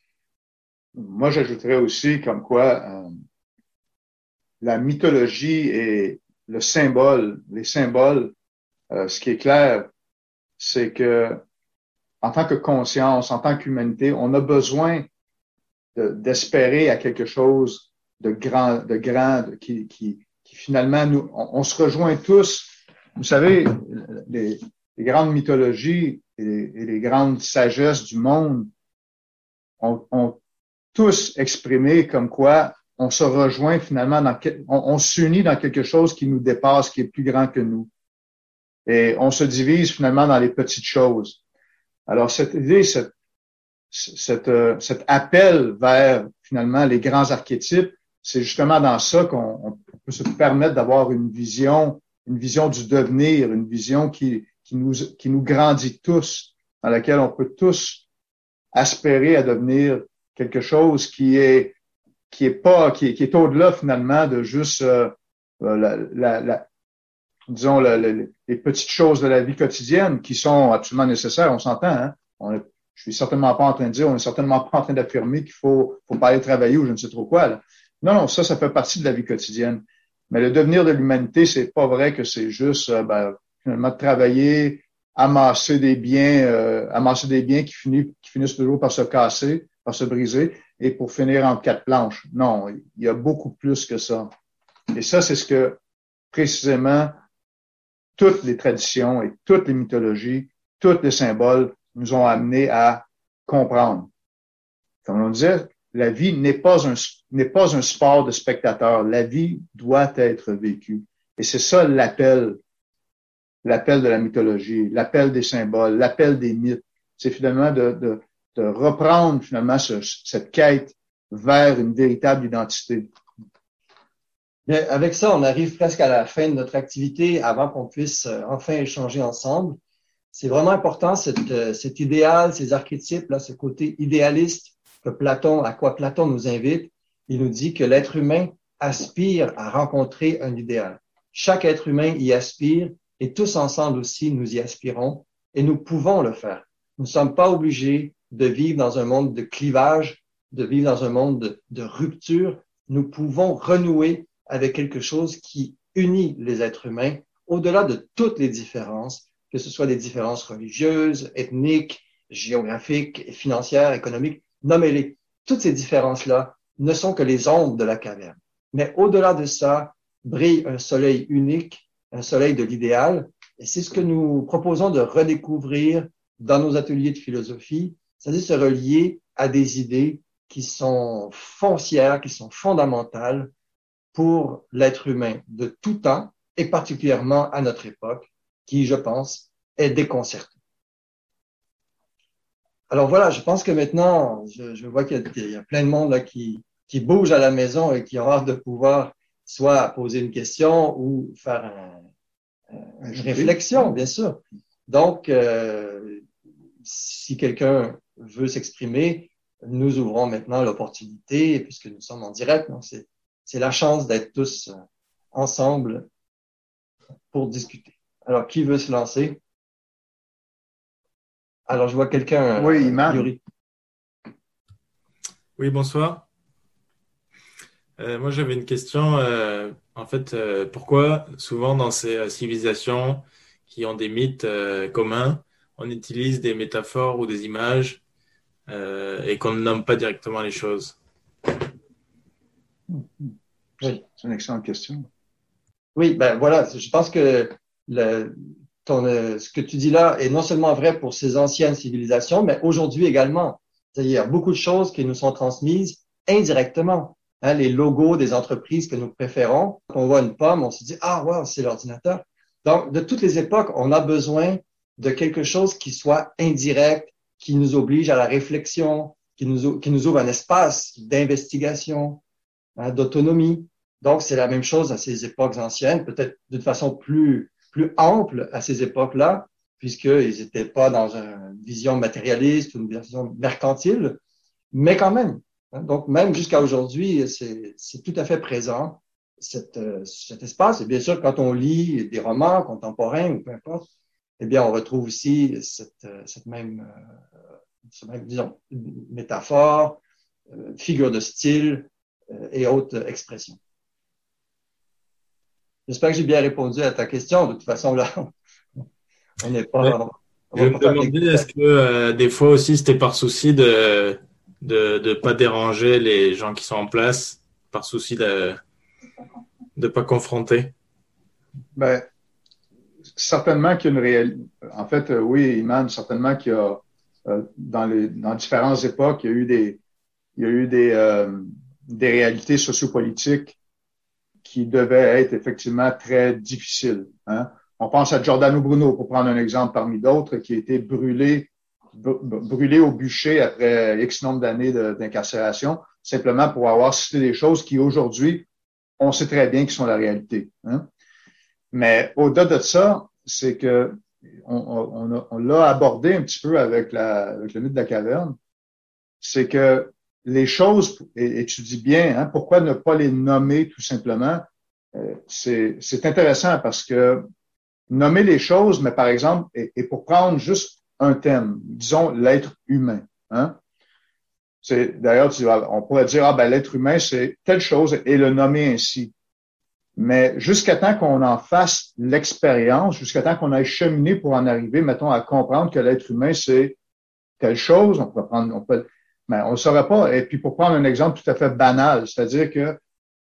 Moi, j'ajouterais aussi comme quoi euh, la mythologie et le symbole, les symboles, euh, ce qui est clair, c'est que en tant que conscience, en tant qu'humanité, on a besoin de, d'espérer à quelque chose de grand, de grand, de, qui, qui, qui finalement nous, on, on se rejoint tous. Vous savez, les, les grandes mythologies et les, et les grandes sagesses du monde ont, ont tous exprimé comme quoi on se rejoint finalement dans, on, on s'unit dans quelque chose qui nous dépasse, qui est plus grand que nous. Et on se divise finalement dans les petites choses. Alors, cette idée, cette, cette, euh, cet appel vers finalement les grands archétypes, c'est justement dans ça qu'on on peut se permettre d'avoir une vision, une vision du devenir, une vision qui, qui nous, qui nous grandit tous, dans laquelle on peut tous aspirer à devenir quelque chose qui est, qui est pas, qui est, qui est au-delà finalement de juste euh, la, la, la disons, le, le, les petites choses de la vie quotidienne qui sont absolument nécessaires, on s'entend, hein? On est, je suis certainement pas en train de dire, on est certainement pas en train d'affirmer qu'il faut, faut pas aller travailler ou je ne sais trop quoi, là. Non, non, ça, ça fait partie de la vie quotidienne. Mais le devenir de l'humanité, c'est pas vrai que c'est juste, euh, ben, finalement, de travailler, amasser des biens, euh, amasser des biens qui finissent, qui finissent toujours par se casser, par se briser, et pour finir en quatre planches. Non, il y a beaucoup plus que ça. Et ça, c'est ce que, précisément, toutes les traditions et toutes les mythologies, tous les symboles nous ont amenés à comprendre. Comme on disait, la vie n'est pas un, n'est pas un sport de spectateur. La vie doit être vécue. Et c'est ça l'appel, l'appel de la mythologie, l'appel des symboles, l'appel des mythes. C'est finalement de, de, de reprendre finalement ce, cette quête vers une véritable identité. Bien, avec ça, on arrive presque à la fin de notre activité avant qu'on puisse enfin échanger ensemble. C'est vraiment important, cette, cet idéal, ces archétypes, là, ce côté idéaliste que Platon, à quoi Platon nous invite. Il nous dit que l'être humain aspire à rencontrer un idéal. Chaque être humain y aspire et tous ensemble aussi, nous y aspirons. et nous pouvons le faire. Nous ne sommes pas obligés de vivre dans un monde de clivage, de vivre dans un monde de, de rupture. Nous pouvons renouer avec quelque chose qui unit les êtres humains au-delà de toutes les différences, que ce soit des différences religieuses, ethniques, géographiques, financières, économiques, nommez-les. Toutes ces différences-là ne sont que les ombres de la caverne. Mais au-delà de ça, brille un soleil unique, un soleil de l'idéal. Et c'est ce que nous proposons de redécouvrir dans nos ateliers de philosophie, c'est-à-dire se relier à des idées qui sont foncières, qui sont fondamentales pour l'être humain de tout temps, et particulièrement à notre époque, qui, je pense, est déconcertée. Alors voilà, je pense que maintenant, je, je vois qu'il y, y a plein de monde là qui, qui bouge à la maison et qui ont hâte de pouvoir soit poser une question ou faire un, un, une réflexion, bien sûr. Donc, euh, si quelqu'un veut s'exprimer, nous ouvrons maintenant l'opportunité, puisque nous sommes en direct, donc c'est, c'est la chance d'être tous ensemble pour discuter. Alors, qui veut se lancer? Alors, je vois quelqu'un. Oui, Iman. Yuri. Oui, bonsoir. Euh, moi, j'avais une question. Euh, en fait, euh, pourquoi souvent dans ces euh, civilisations qui ont des mythes euh, communs, on utilise des métaphores ou des images euh, et qu'on ne nomme pas directement les choses? Oui. C'est une excellente question. Oui, ben voilà, je pense que le, ton, euh, ce que tu dis là est non seulement vrai pour ces anciennes civilisations, mais aujourd'hui également. C'est-à-dire, il y a beaucoup de choses qui nous sont transmises indirectement. Hein, les logos des entreprises que nous préférons, quand on voit une pomme, on se dit « Ah, wow, c'est l'ordinateur ». Donc, de toutes les époques, on a besoin de quelque chose qui soit indirect, qui nous oblige à la réflexion, qui nous, qui nous ouvre un espace d'investigation, hein, d'autonomie. Donc, c'est la même chose à ces époques anciennes, peut-être d'une façon plus, plus ample à ces époques-là, puisqu'ils n'étaient pas dans une vision matérialiste ou une vision mercantile, mais quand même. Hein, donc, même jusqu'à aujourd'hui, c'est, c'est tout à fait présent, cette, cet espace. Et bien sûr, quand on lit des romans contemporains ou peu importe, eh bien, on retrouve aussi cette, cette même, euh, cette même, disons, métaphore, euh, figure de style euh, et autres expressions. J'espère que j'ai bien répondu à ta question. De toute façon, là, on n'est pas. Ouais. On, on Je va me pas faire demandais, des... est-ce que euh, des fois aussi c'était par souci de de de pas déranger les gens qui sont en place, par souci de de pas confronter? Ben, certainement qu'il y a une réalité. En fait, euh, oui, Iman, certainement qu'il y a euh, dans les dans différentes époques, il y a eu des il y a eu des euh, des réalités sociopolitiques qui devaient être effectivement très difficiles. Hein? On pense à Giordano Bruno, pour prendre un exemple parmi d'autres, qui a été brûlé brûlé au bûcher après X nombre d'années de, d'incarcération, simplement pour avoir cité des choses qui aujourd'hui, on sait très bien qui sont la réalité. Hein? Mais au-delà de ça, c'est que on, on, a, on l'a abordé un petit peu avec, la, avec le mythe de la caverne, c'est que les choses, et, et tu dis bien, hein, pourquoi ne pas les nommer tout simplement? Euh, c'est, c'est intéressant parce que nommer les choses, mais par exemple, et, et pour prendre juste un thème, disons l'être humain. Hein? C'est, d'ailleurs, tu, on pourrait dire, ah ben l'être humain, c'est telle chose et le nommer ainsi. Mais jusqu'à temps qu'on en fasse l'expérience, jusqu'à temps qu'on aille cheminer pour en arriver, mettons, à comprendre que l'être humain, c'est telle chose, on peut prendre, on peut, mais on ne saurait pas. Et puis, pour prendre un exemple tout à fait banal, c'est-à-dire que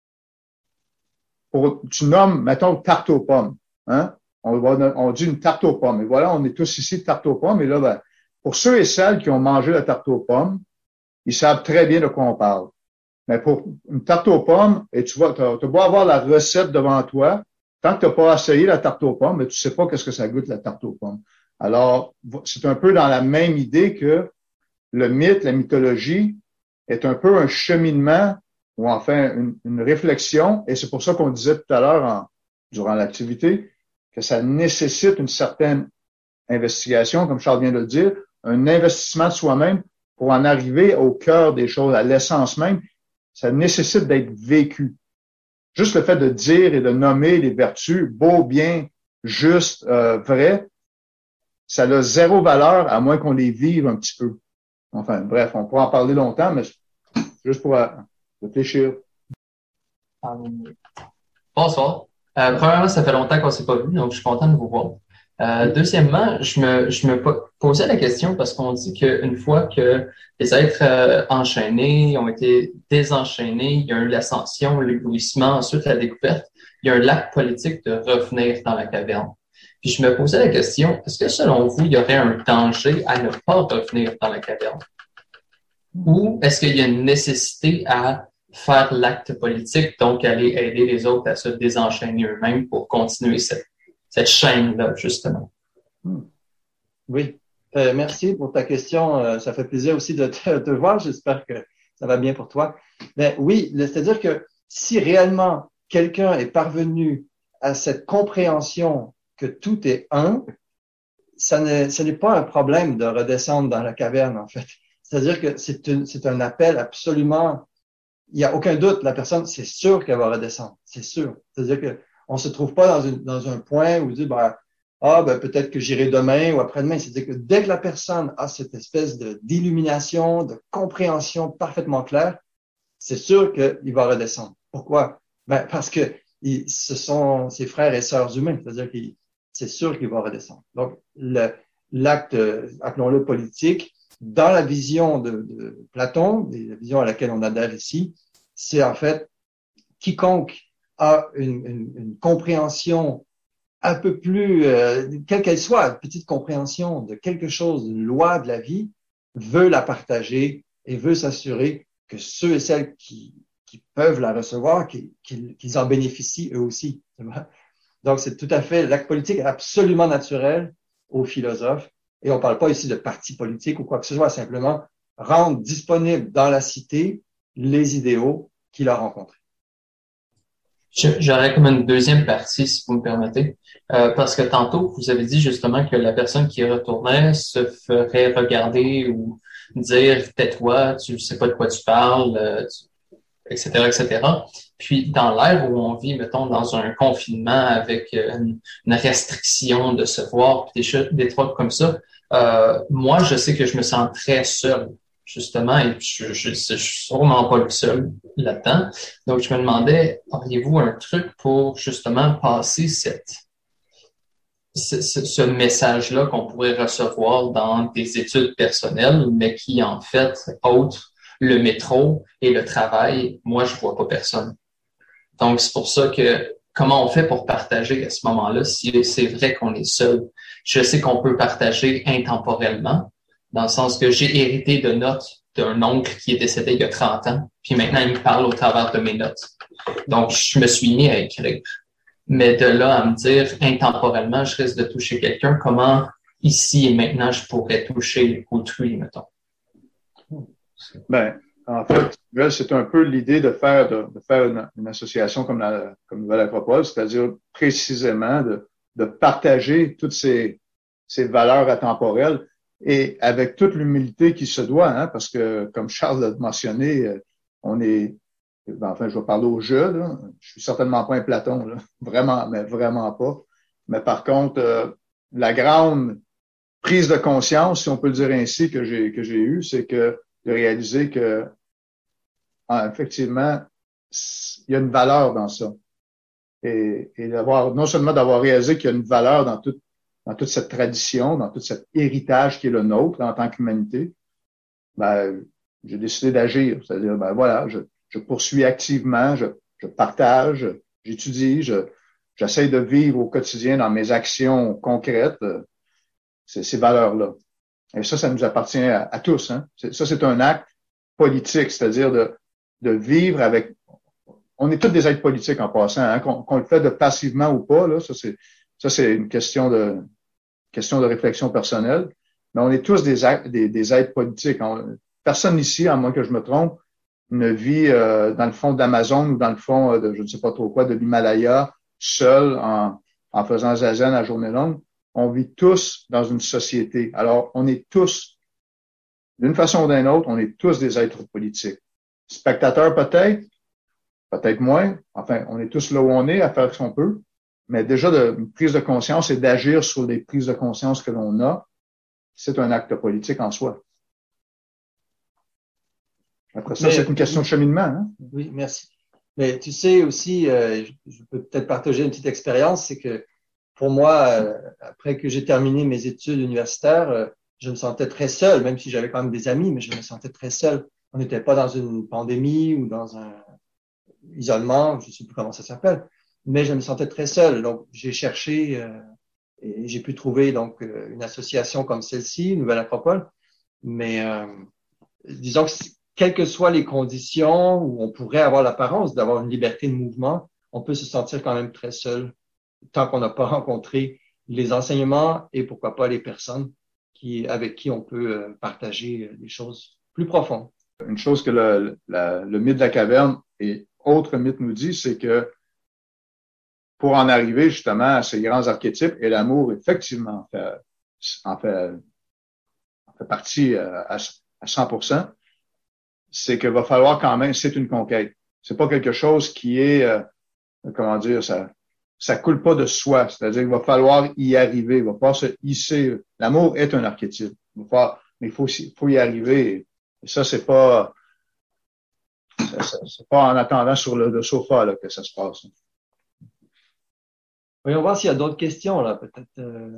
pour, tu nommes, mettons, tarte aux pommes. Hein? On, va, on dit une tarte aux pommes. Et voilà, on est tous ici de tarte aux pommes. Et là, ben, pour ceux et celles qui ont mangé la tarte aux pommes, ils savent très bien de quoi on parle. Mais pour une tarte aux pommes, et tu vois, tu as beau avoir la recette devant toi, tant que tu n'as pas essayé la tarte aux pommes, mais tu sais pas qu'est-ce que ça goûte la tarte aux pommes. Alors, c'est un peu dans la même idée que le mythe, la mythologie, est un peu un cheminement ou enfin une, une réflexion, et c'est pour ça qu'on disait tout à l'heure en, durant l'activité que ça nécessite une certaine investigation, comme Charles vient de le dire, un investissement de soi-même pour en arriver au cœur des choses, à l'essence même. Ça nécessite d'être vécu. Juste le fait de dire et de nommer les vertus, beau, bien, juste, euh, vrai, ça a zéro valeur à moins qu'on les vive un petit peu. Enfin, bref, on pourra en parler longtemps, mais juste pour euh, réfléchir. Bonsoir. Euh, premièrement, ça fait longtemps qu'on s'est pas vu, donc je suis content de vous voir. Euh, deuxièmement, je me, je me posais la question parce qu'on dit qu'une fois que les êtres euh, enchaînés ont été désenchaînés, il y a eu l'ascension, l'éblouissement, ensuite la découverte, il y a un lac politique de revenir dans la caverne. Puis je me posais la question, est-ce que selon vous, il y aurait un danger à ne pas revenir dans la caverne? Ou est-ce qu'il y a une nécessité à faire l'acte politique, donc aller aider les autres à se désenchaîner eux-mêmes pour continuer cette, cette chaîne-là, justement? Oui, euh, merci pour ta question. Euh, ça fait plaisir aussi de te, te voir. J'espère que ça va bien pour toi. Mais oui, c'est-à-dire que si réellement quelqu'un est parvenu à cette compréhension que tout est un, ça ne, ce n'est pas un problème de redescendre dans la caverne, en fait. C'est-à-dire que c'est, une, c'est un appel absolument, il n'y a aucun doute, la personne, c'est sûr qu'elle va redescendre, c'est sûr. C'est-à-dire que on se trouve pas dans, une, dans un point où on dit, ben, ah, ben, peut-être que j'irai demain ou après-demain. C'est-à-dire que dès que la personne a cette espèce de, d'illumination, de compréhension parfaitement claire, c'est sûr qu'il va redescendre. Pourquoi? Ben, parce que il, ce sont ses frères et sœurs humains. C'est-à-dire que c'est sûr qu'il va redescendre. Donc, le, l'acte, appelons-le politique, dans la vision de, de Platon, la vision à laquelle on adhère ici, c'est en fait quiconque a une, une, une compréhension un peu plus, euh, quelle qu'elle soit, une petite compréhension de quelque chose, une loi de la vie, veut la partager et veut s'assurer que ceux et celles qui, qui peuvent la recevoir, qu'ils, qu'ils en bénéficient eux aussi. Donc, c'est tout à fait, l'acte politique est absolument naturel aux philosophes. Et on ne parle pas ici de parti politique ou quoi que ce soit, simplement rendre disponible dans la cité les idéaux qu'il a rencontrés. J'aurais comme une deuxième partie, si vous me permettez, euh, parce que tantôt, vous avez dit justement que la personne qui retournait se ferait regarder ou dire « tais-toi, tu ne sais pas de quoi tu parles euh, », et cetera, et cetera. Puis, dans l'ère où on vit, mettons, dans un confinement avec une, une restriction de se voir, puis des, choses, des trucs comme ça, euh, moi, je sais que je me sens très seul, justement, et je, je, je suis sûrement pas le seul là-dedans. Donc, je me demandais, auriez-vous un truc pour justement passer cette, ce, ce message-là qu'on pourrait recevoir dans des études personnelles, mais qui, en fait, autre le métro et le travail, moi, je vois pas personne. Donc, c'est pour ça que comment on fait pour partager à ce moment-là si c'est vrai qu'on est seul? Je sais qu'on peut partager intemporellement, dans le sens que j'ai hérité de notes d'un oncle qui est décédé il y a trente ans, puis maintenant, il me parle au travers de mes notes. Donc, je me suis mis à écrire. Mais de là à me dire intemporellement, je risque de toucher quelqu'un, comment ici et maintenant, je pourrais toucher autrui, mettons? Ben, en fait, c'est un peu l'idée de faire de, de faire une, une association comme la comme Nouvelle Acropole, c'est-à-dire précisément de, de partager toutes ces, ces valeurs atemporelles et avec toute l'humilité qui se doit, hein, parce que comme Charles l'a mentionné, on est, ben, enfin, je vais parler au jeu, là. Je suis certainement pas un Platon, là, vraiment, mais vraiment pas. Mais par contre, euh, la grande prise de conscience, si on peut le dire ainsi, que j'ai que j'ai eue, c'est que de réaliser que, ah, effectivement, il y a une valeur dans ça. Et, et d'avoir, non seulement d'avoir réalisé qu'il y a une valeur dans toute, dans toute cette tradition, dans tout cet héritage qui est le nôtre en tant qu'humanité, ben, j'ai décidé d'agir. C'est-à-dire, ben voilà, je, je poursuis activement, je, je partage, j'étudie, je, j'essaie de vivre au quotidien dans mes actions concrètes, ces, ces valeurs-là. Et ça, ça nous appartient à, à tous. Hein. Ça, c'est un acte politique, c'est-à-dire de, de vivre avec... On est tous des êtres politiques en passant, hein, qu'on, qu'on le fait de passivement ou pas. Là, ça, c'est, ça, c'est une question de, question de réflexion personnelle. Mais on est tous des, actes, des, des êtres politiques. On, personne ici, à moins que je me trompe, ne vit euh, dans le fond d'Amazon ou dans le fond de je ne sais pas trop quoi, de l'Himalaya, seul, en, en faisant zazen à journée longue. On vit tous dans une société. Alors, on est tous, d'une façon ou d'une autre, on est tous des êtres politiques. Spectateurs peut-être, peut-être moins. Enfin, on est tous là où on est à faire ce qu'on peut. mais déjà de une prise de conscience et d'agir sur les prises de conscience que l'on a, c'est un acte politique en soi. Après ça, Mais, c'est une question de cheminement. Hein? Oui, merci. Mais tu sais aussi, euh, je peux peut-être partager une petite expérience, c'est que pour moi, euh, après que j'ai terminé mes études universitaires, euh, je me sentais très seul, même si j'avais quand même des amis, mais je me sentais très seul. On n'était pas dans une pandémie ou dans un isolement, je ne sais plus comment ça s'appelle, mais je me sentais très seul. Donc, j'ai cherché euh, et j'ai pu trouver donc euh, une association comme celle-ci, Nouvelle Acropole. Mais euh, disons que quelles que soient les conditions où on pourrait avoir l'apparence d'avoir une liberté de mouvement, on peut se sentir quand même très seul tant qu'on n'a pas rencontré les enseignements et pourquoi pas les personnes qui, avec qui on peut euh, partager des choses plus profondes. Une chose que le, le, le mythe de la caverne et autres mythes nous dit, c'est que pour en arriver justement à ces grands archétypes, et l'amour effectivement en fait, en fait, en fait partie à, à cent pour cent, c'est qu'il va falloir quand même, c'est une conquête. C'est pas quelque chose qui est, euh, comment dire, ça, ça coule pas de soi. C'est-à-dire qu'il va falloir y arriver, il va falloir se hisser. L'amour est un archétype. Il va falloir, mais il faut, faut y arriver. Et ça, c'est pas, c'est pas en attendant sur le, le sofa là, que ça se passe. Voyons voir s'il y a d'autres questions, là, peut-être, euh,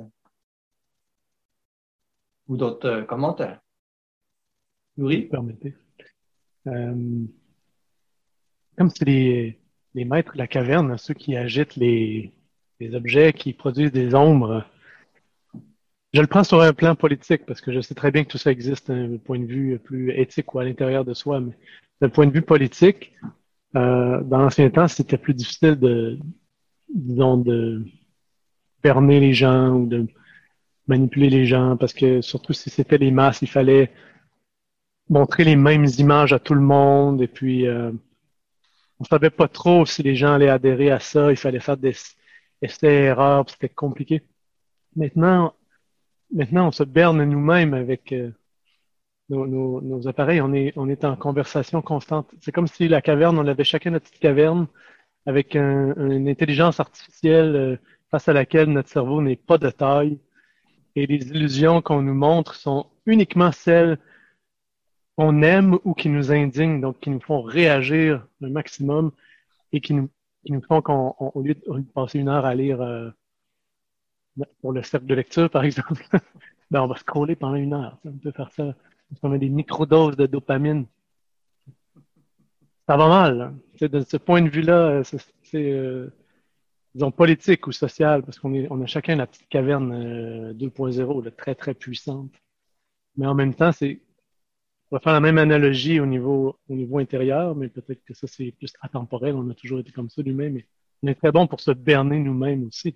ou d'autres euh, commentaires. Oui, permettez. Euh, comme c'est les, les maîtres de la caverne, ceux qui agitent les, les objets, qui produisent des ombres. Je le prends sur un plan politique parce que je sais très bien que tout ça existe d'un point de vue plus éthique ou à l'intérieur de soi, mais d'un point de vue politique, euh, dans l'ancien temps, c'était plus difficile de, disons, de berner les gens ou de manipuler les gens parce que surtout si c'était les masses, il fallait montrer les mêmes images à tout le monde et puis euh, on savait pas trop si les gens allaient adhérer à ça, il fallait faire des essais-erreurs, c'était compliqué. Maintenant, Maintenant, on se berne nous-mêmes avec euh, nos, nos, nos appareils. On est, on est en conversation constante. C'est comme si la caverne, on avait chacun notre petite caverne avec un, une intelligence artificielle euh, face à laquelle notre cerveau n'est pas de taille. Et les illusions qu'on nous montre sont uniquement celles qu'on aime ou qui nous indignent, donc qui nous font réagir un maximum et qui nous, qui nous font qu'au lieu de passer une heure à lire euh, pour le cercle de lecture, par exemple, ben on va scroller pendant une heure. On peut faire ça. On met des microdoses de dopamine. Ça va mal. Hein. De ce point de vue-là, c'est euh, disons politique ou social, parce qu'on est, on a chacun la petite caverne euh, deux point zéro, là, très très puissante. Mais en même temps, c'est, on va faire la même analogie au niveau au niveau intérieur, mais peut-être que ça c'est plus atemporel. On a toujours été comme ça lui-même, mais on est très bon pour se berner nous-mêmes aussi.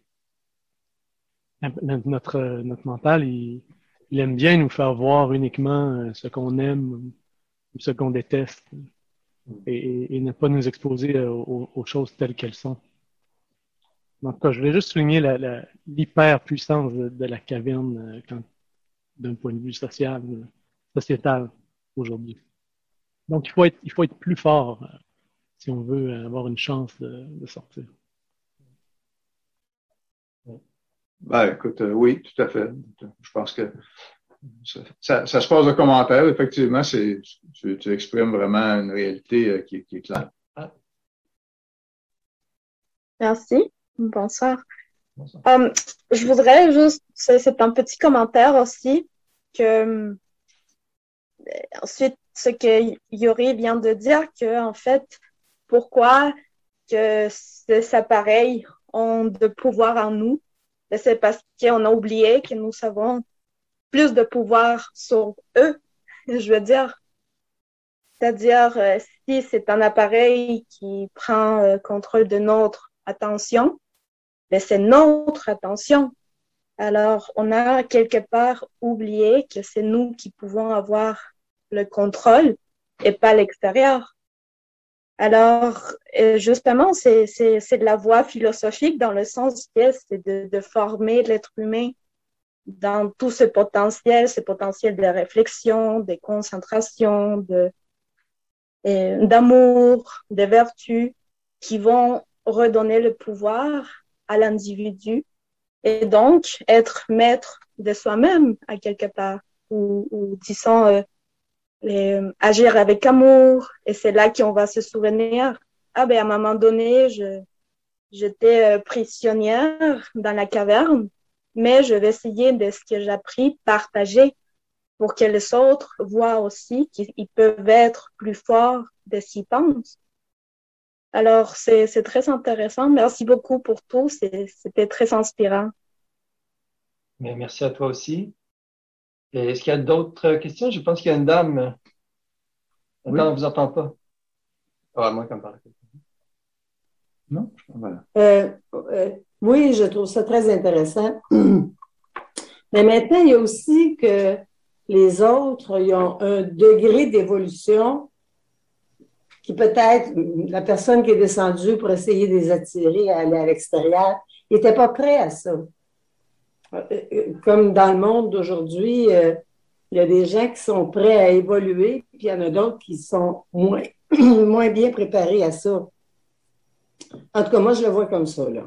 Notre, notre mental, il, il aime bien nous faire voir uniquement ce qu'on aime ou ce qu'on déteste et, et, et ne pas nous exposer aux, aux choses telles qu'elles sont. En tout cas, je voulais juste souligner l'hyper-puissance de, de la caverne d'un point de vue social, sociétal aujourd'hui. Donc, il faut être, il faut être plus fort si on veut avoir une chance de, de sortir. Ben, écoute, euh, oui, tout à fait. Je pense que ça, ça, ça se passe de commentaires. Effectivement, c'est, tu, tu exprimes vraiment une réalité euh, qui, qui est claire. Merci. Bonsoir. Bonsoir. Um, je voudrais juste, c'est un petit commentaire aussi, que ensuite, ce que Yori vient de dire, que en fait, pourquoi que ces appareils ont de pouvoir en nous, c'est parce qu'on a oublié que nous avons plus de pouvoir sur eux, je veux dire. C'est-à-dire, euh, si c'est un appareil qui prend euh, contrôle de notre attention, ben c'est notre attention. Alors, on a quelque part oublié que c'est nous qui pouvons avoir le contrôle et pas l'extérieur. Alors, justement, c'est, c'est, c'est de la voie philosophique dans le sens que c'est de, de former l'être humain dans tout ce potentiel, ce potentiel de réflexion, de concentration, de, et, d'amour, de vertus qui vont redonner le pouvoir à l'individu et donc être maître de soi-même à quelque part ou, ou disons euh, les, agir avec amour et c'est là qu'on va se souvenir ah ben à un moment donné je j'étais euh, prisonnière dans la caverne mais je vais essayer de ce que j'ai appris partager pour que les autres voient aussi qu'ils peuvent être plus forts de ce qu'ils pensent. Alors, c'est, c'est très intéressant. Merci beaucoup pour tout. C'est, c'était très inspirant. Mais merci à toi aussi. Et est-ce qu'il y a d'autres questions? Je pense qu'il y a une dame. Attends, Oui. on ne vous entend pas. Ah, moi, comme parle. Non? Voilà. Euh, euh, oui, je trouve ça très intéressant. Mais maintenant, il y a aussi que les autres, ils ont un degré d'évolution qui peut-être, la personne qui est descendue pour essayer de les attirer à aller à l'extérieur, il n'était pas prêt à ça. Comme dans le monde d'aujourd'hui, euh, il y a des gens qui sont prêts à évoluer, puis il y en a d'autres qui sont moins, moins bien préparés à ça. En tout cas, moi, je le vois comme ça, là.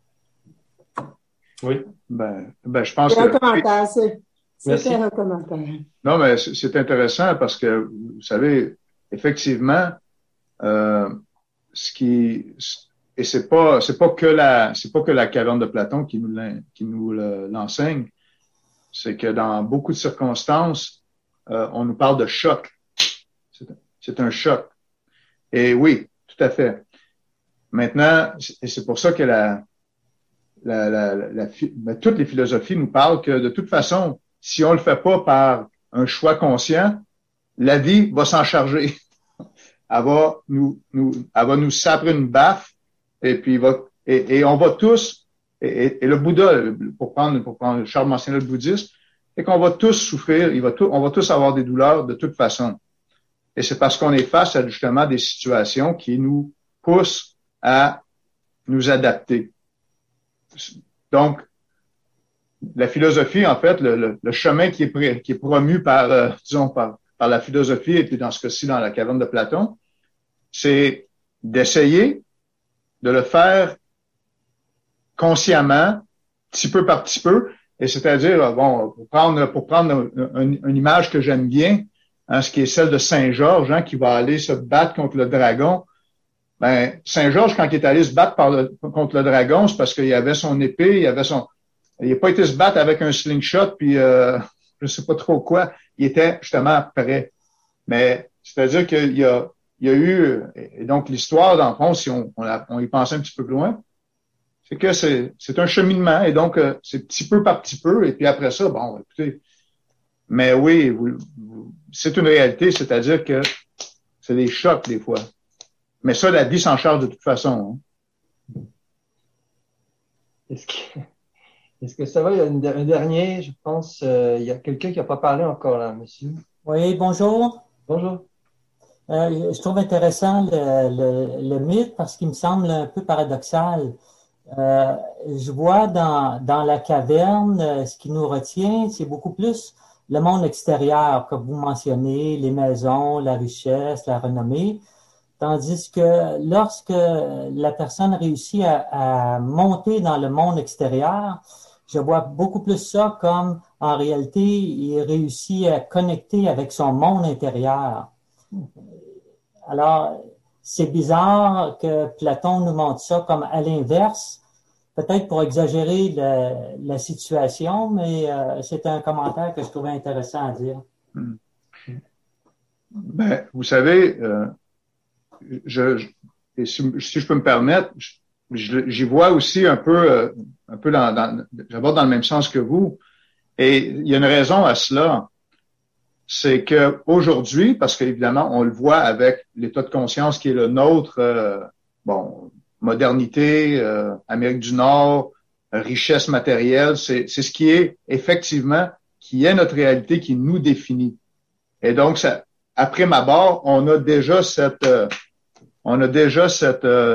Oui. Ben, ben je pense c'est que... un commentaire, c'est, Merci. c'était un commentaire. Non, mais c'est c'est intéressant parce que, vous savez, effectivement, euh, ce qui... Et c'est pas, c'est pas que la, c'est pas que la caverne de Platon qui nous, l'en- qui nous le- l'enseigne. C'est que dans beaucoup de circonstances, euh, on nous parle de choc. C'est, c'est un choc. Et oui, tout à fait. Maintenant, et c'est pour ça que la, la, la, la, la ben, toutes les philosophies nous parlent que de toute façon, si on le fait pas par un choix conscient, la vie va s'en charger. Elle va nous, nous, elle va nous sabrer une baffe et puis il va, et, et on va tous, et, et, et le Bouddha, pour prendre, pour prendre, Charles mentionnait le bouddhisme, c'est qu'on va tous souffrir, il va tout, on va tous avoir des douleurs de toute façon. Et c'est parce qu'on est face à justement des situations qui nous poussent à nous adapter. Donc, la philosophie, en fait, le, le, le chemin qui est, pré, qui est promu par, euh, disons, par, par la philosophie, et puis dans ce cas-ci, dans la caverne de Platon, c'est d'essayer de le faire consciemment, petit peu par petit peu, et c'est-à-dire, bon, pour prendre, pour prendre une, une image que j'aime bien, hein, ce qui est celle de Saint Georges, hein, qui va aller se battre contre le dragon. Ben, Saint Georges, quand il est allé se battre par le, contre le dragon, c'est parce qu'il avait son épée, il avait son, il n'a pas été se battre avec un slingshot, puis euh, je sais pas trop quoi. Il était justement prêt. Mais c'est-à-dire qu'il y a, il y a eu, et donc l'histoire, dans le fond, si on, on, a, on y pense un petit peu plus loin, c'est que c'est, c'est un cheminement, et donc euh, c'est petit peu par petit peu, et puis après ça, bon, écoutez, mais oui, vous, vous, c'est une réalité, c'est-à-dire que c'est des chocs des fois. Mais ça, la vie s'en charge de toute façon. Hein. Est-ce que, est-ce que ça va? Il y a une, un dernier, je pense, euh, il y a quelqu'un qui n'a pas parlé encore là, monsieur. Oui, bonjour. Bonjour. Euh, je trouve intéressant le, le, le mythe parce qu'il me semble un peu paradoxal. Euh, je vois dans, dans la caverne, euh, ce qui nous retient, c'est beaucoup plus le monde extérieur, comme vous mentionnez, les maisons, la richesse, la renommée. Tandis que lorsque la personne réussit à, à monter dans le monde extérieur, je vois beaucoup plus ça comme, en réalité, il réussit à connecter avec son monde intérieur. Alors, c'est bizarre que Platon nous montre ça comme à l'inverse, peut-être pour exagérer la, la situation, mais euh, c'est un commentaire que je trouvais intéressant à dire. Ben, vous savez, euh, je, je et si, si je peux me permettre, je, j'y vois aussi un peu, euh, un peu dans, dans, j'aborde dans le même sens que vous. Et il y a une raison à cela. C'est que aujourd'hui, parce qu'évidemment, on le voit avec l'état de conscience qui est le nôtre, euh, bon, modernité, euh, Amérique du Nord, richesse matérielle, c'est, c'est ce qui est effectivement, qui est notre réalité, qui nous définit. Et donc, ça, après ma barre, on a déjà cette, euh, on a déjà cette, euh,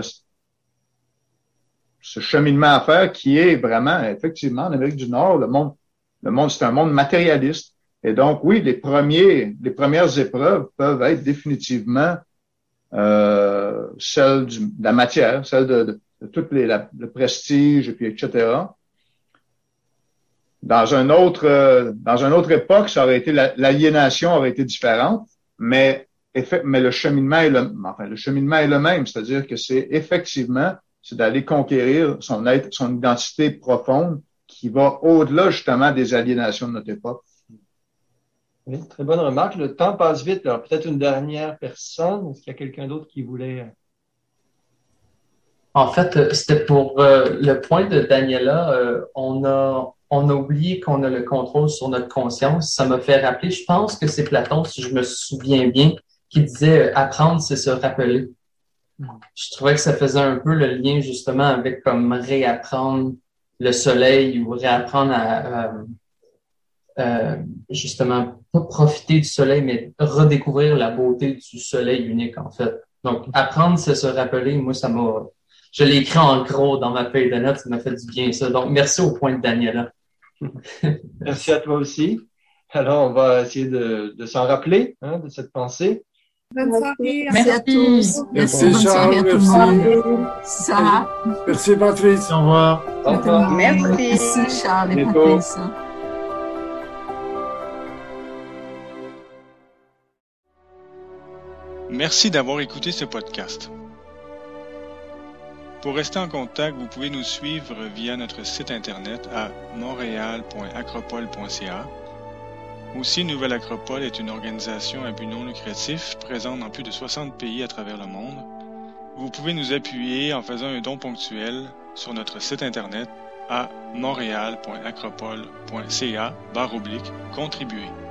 ce cheminement à faire qui est vraiment, effectivement, en Amérique du Nord, le monde, le monde, c'est un monde matérialiste. Et donc, oui, les premiers, les premières épreuves peuvent être définitivement euh, celles du, de la matière, celles de, de, de tout les, la, le prestige, et puis et cetera. Dans un autre, euh, dans une autre époque, ça aurait été l'aliénation aurait été différente, mais effet, mais le cheminement est le, enfin le cheminement est le même, c'est-à-dire que c'est effectivement c'est d'aller conquérir son être, son identité profonde qui va au-delà justement des aliénations de notre époque. Oui, très bonne remarque. Le temps passe vite. Alors peut-être une dernière personne. Est-ce qu'il y a quelqu'un d'autre qui voulait? En fait, c'était pour euh, le point de Daniela. Euh, on a on a oublié qu'on a le contrôle sur notre conscience. Ça m'a fait rappeler, je pense que c'est Platon, si je me souviens bien, qui disait euh, apprendre, c'est se rappeler. Je trouvais que ça faisait un peu le lien justement avec comme réapprendre le soleil ou réapprendre à euh, euh, justement pas profiter du soleil, mais redécouvrir la beauté du soleil unique en fait. Donc apprendre, c'est se rappeler. Moi, ça m'a, je l'ai écrit en gros dans ma feuille de notes, ça m'a fait du bien ça. Donc merci au point de Daniela. Merci à toi aussi. Alors on va essayer de, de s'en rappeler hein, de cette pensée. Bonne soirée. Merci à tous. Merci, Bonne soirée à tout le monde. Sarah. Merci Patrice. Au revoir. Au revoir. Merci. Merci Charles et Bientôt. Patrice. Merci d'avoir écouté ce podcast. Pour rester en contact, vous pouvez nous suivre via notre site internet à montréal point acropole point c a. Aussi, Nouvelle Acropole est une organisation à but non lucratif présente dans plus de soixante pays à travers le monde. Vous pouvez nous appuyer en faisant un don ponctuel sur notre site internet à montréal point acropole point c a barre oblique contribuer.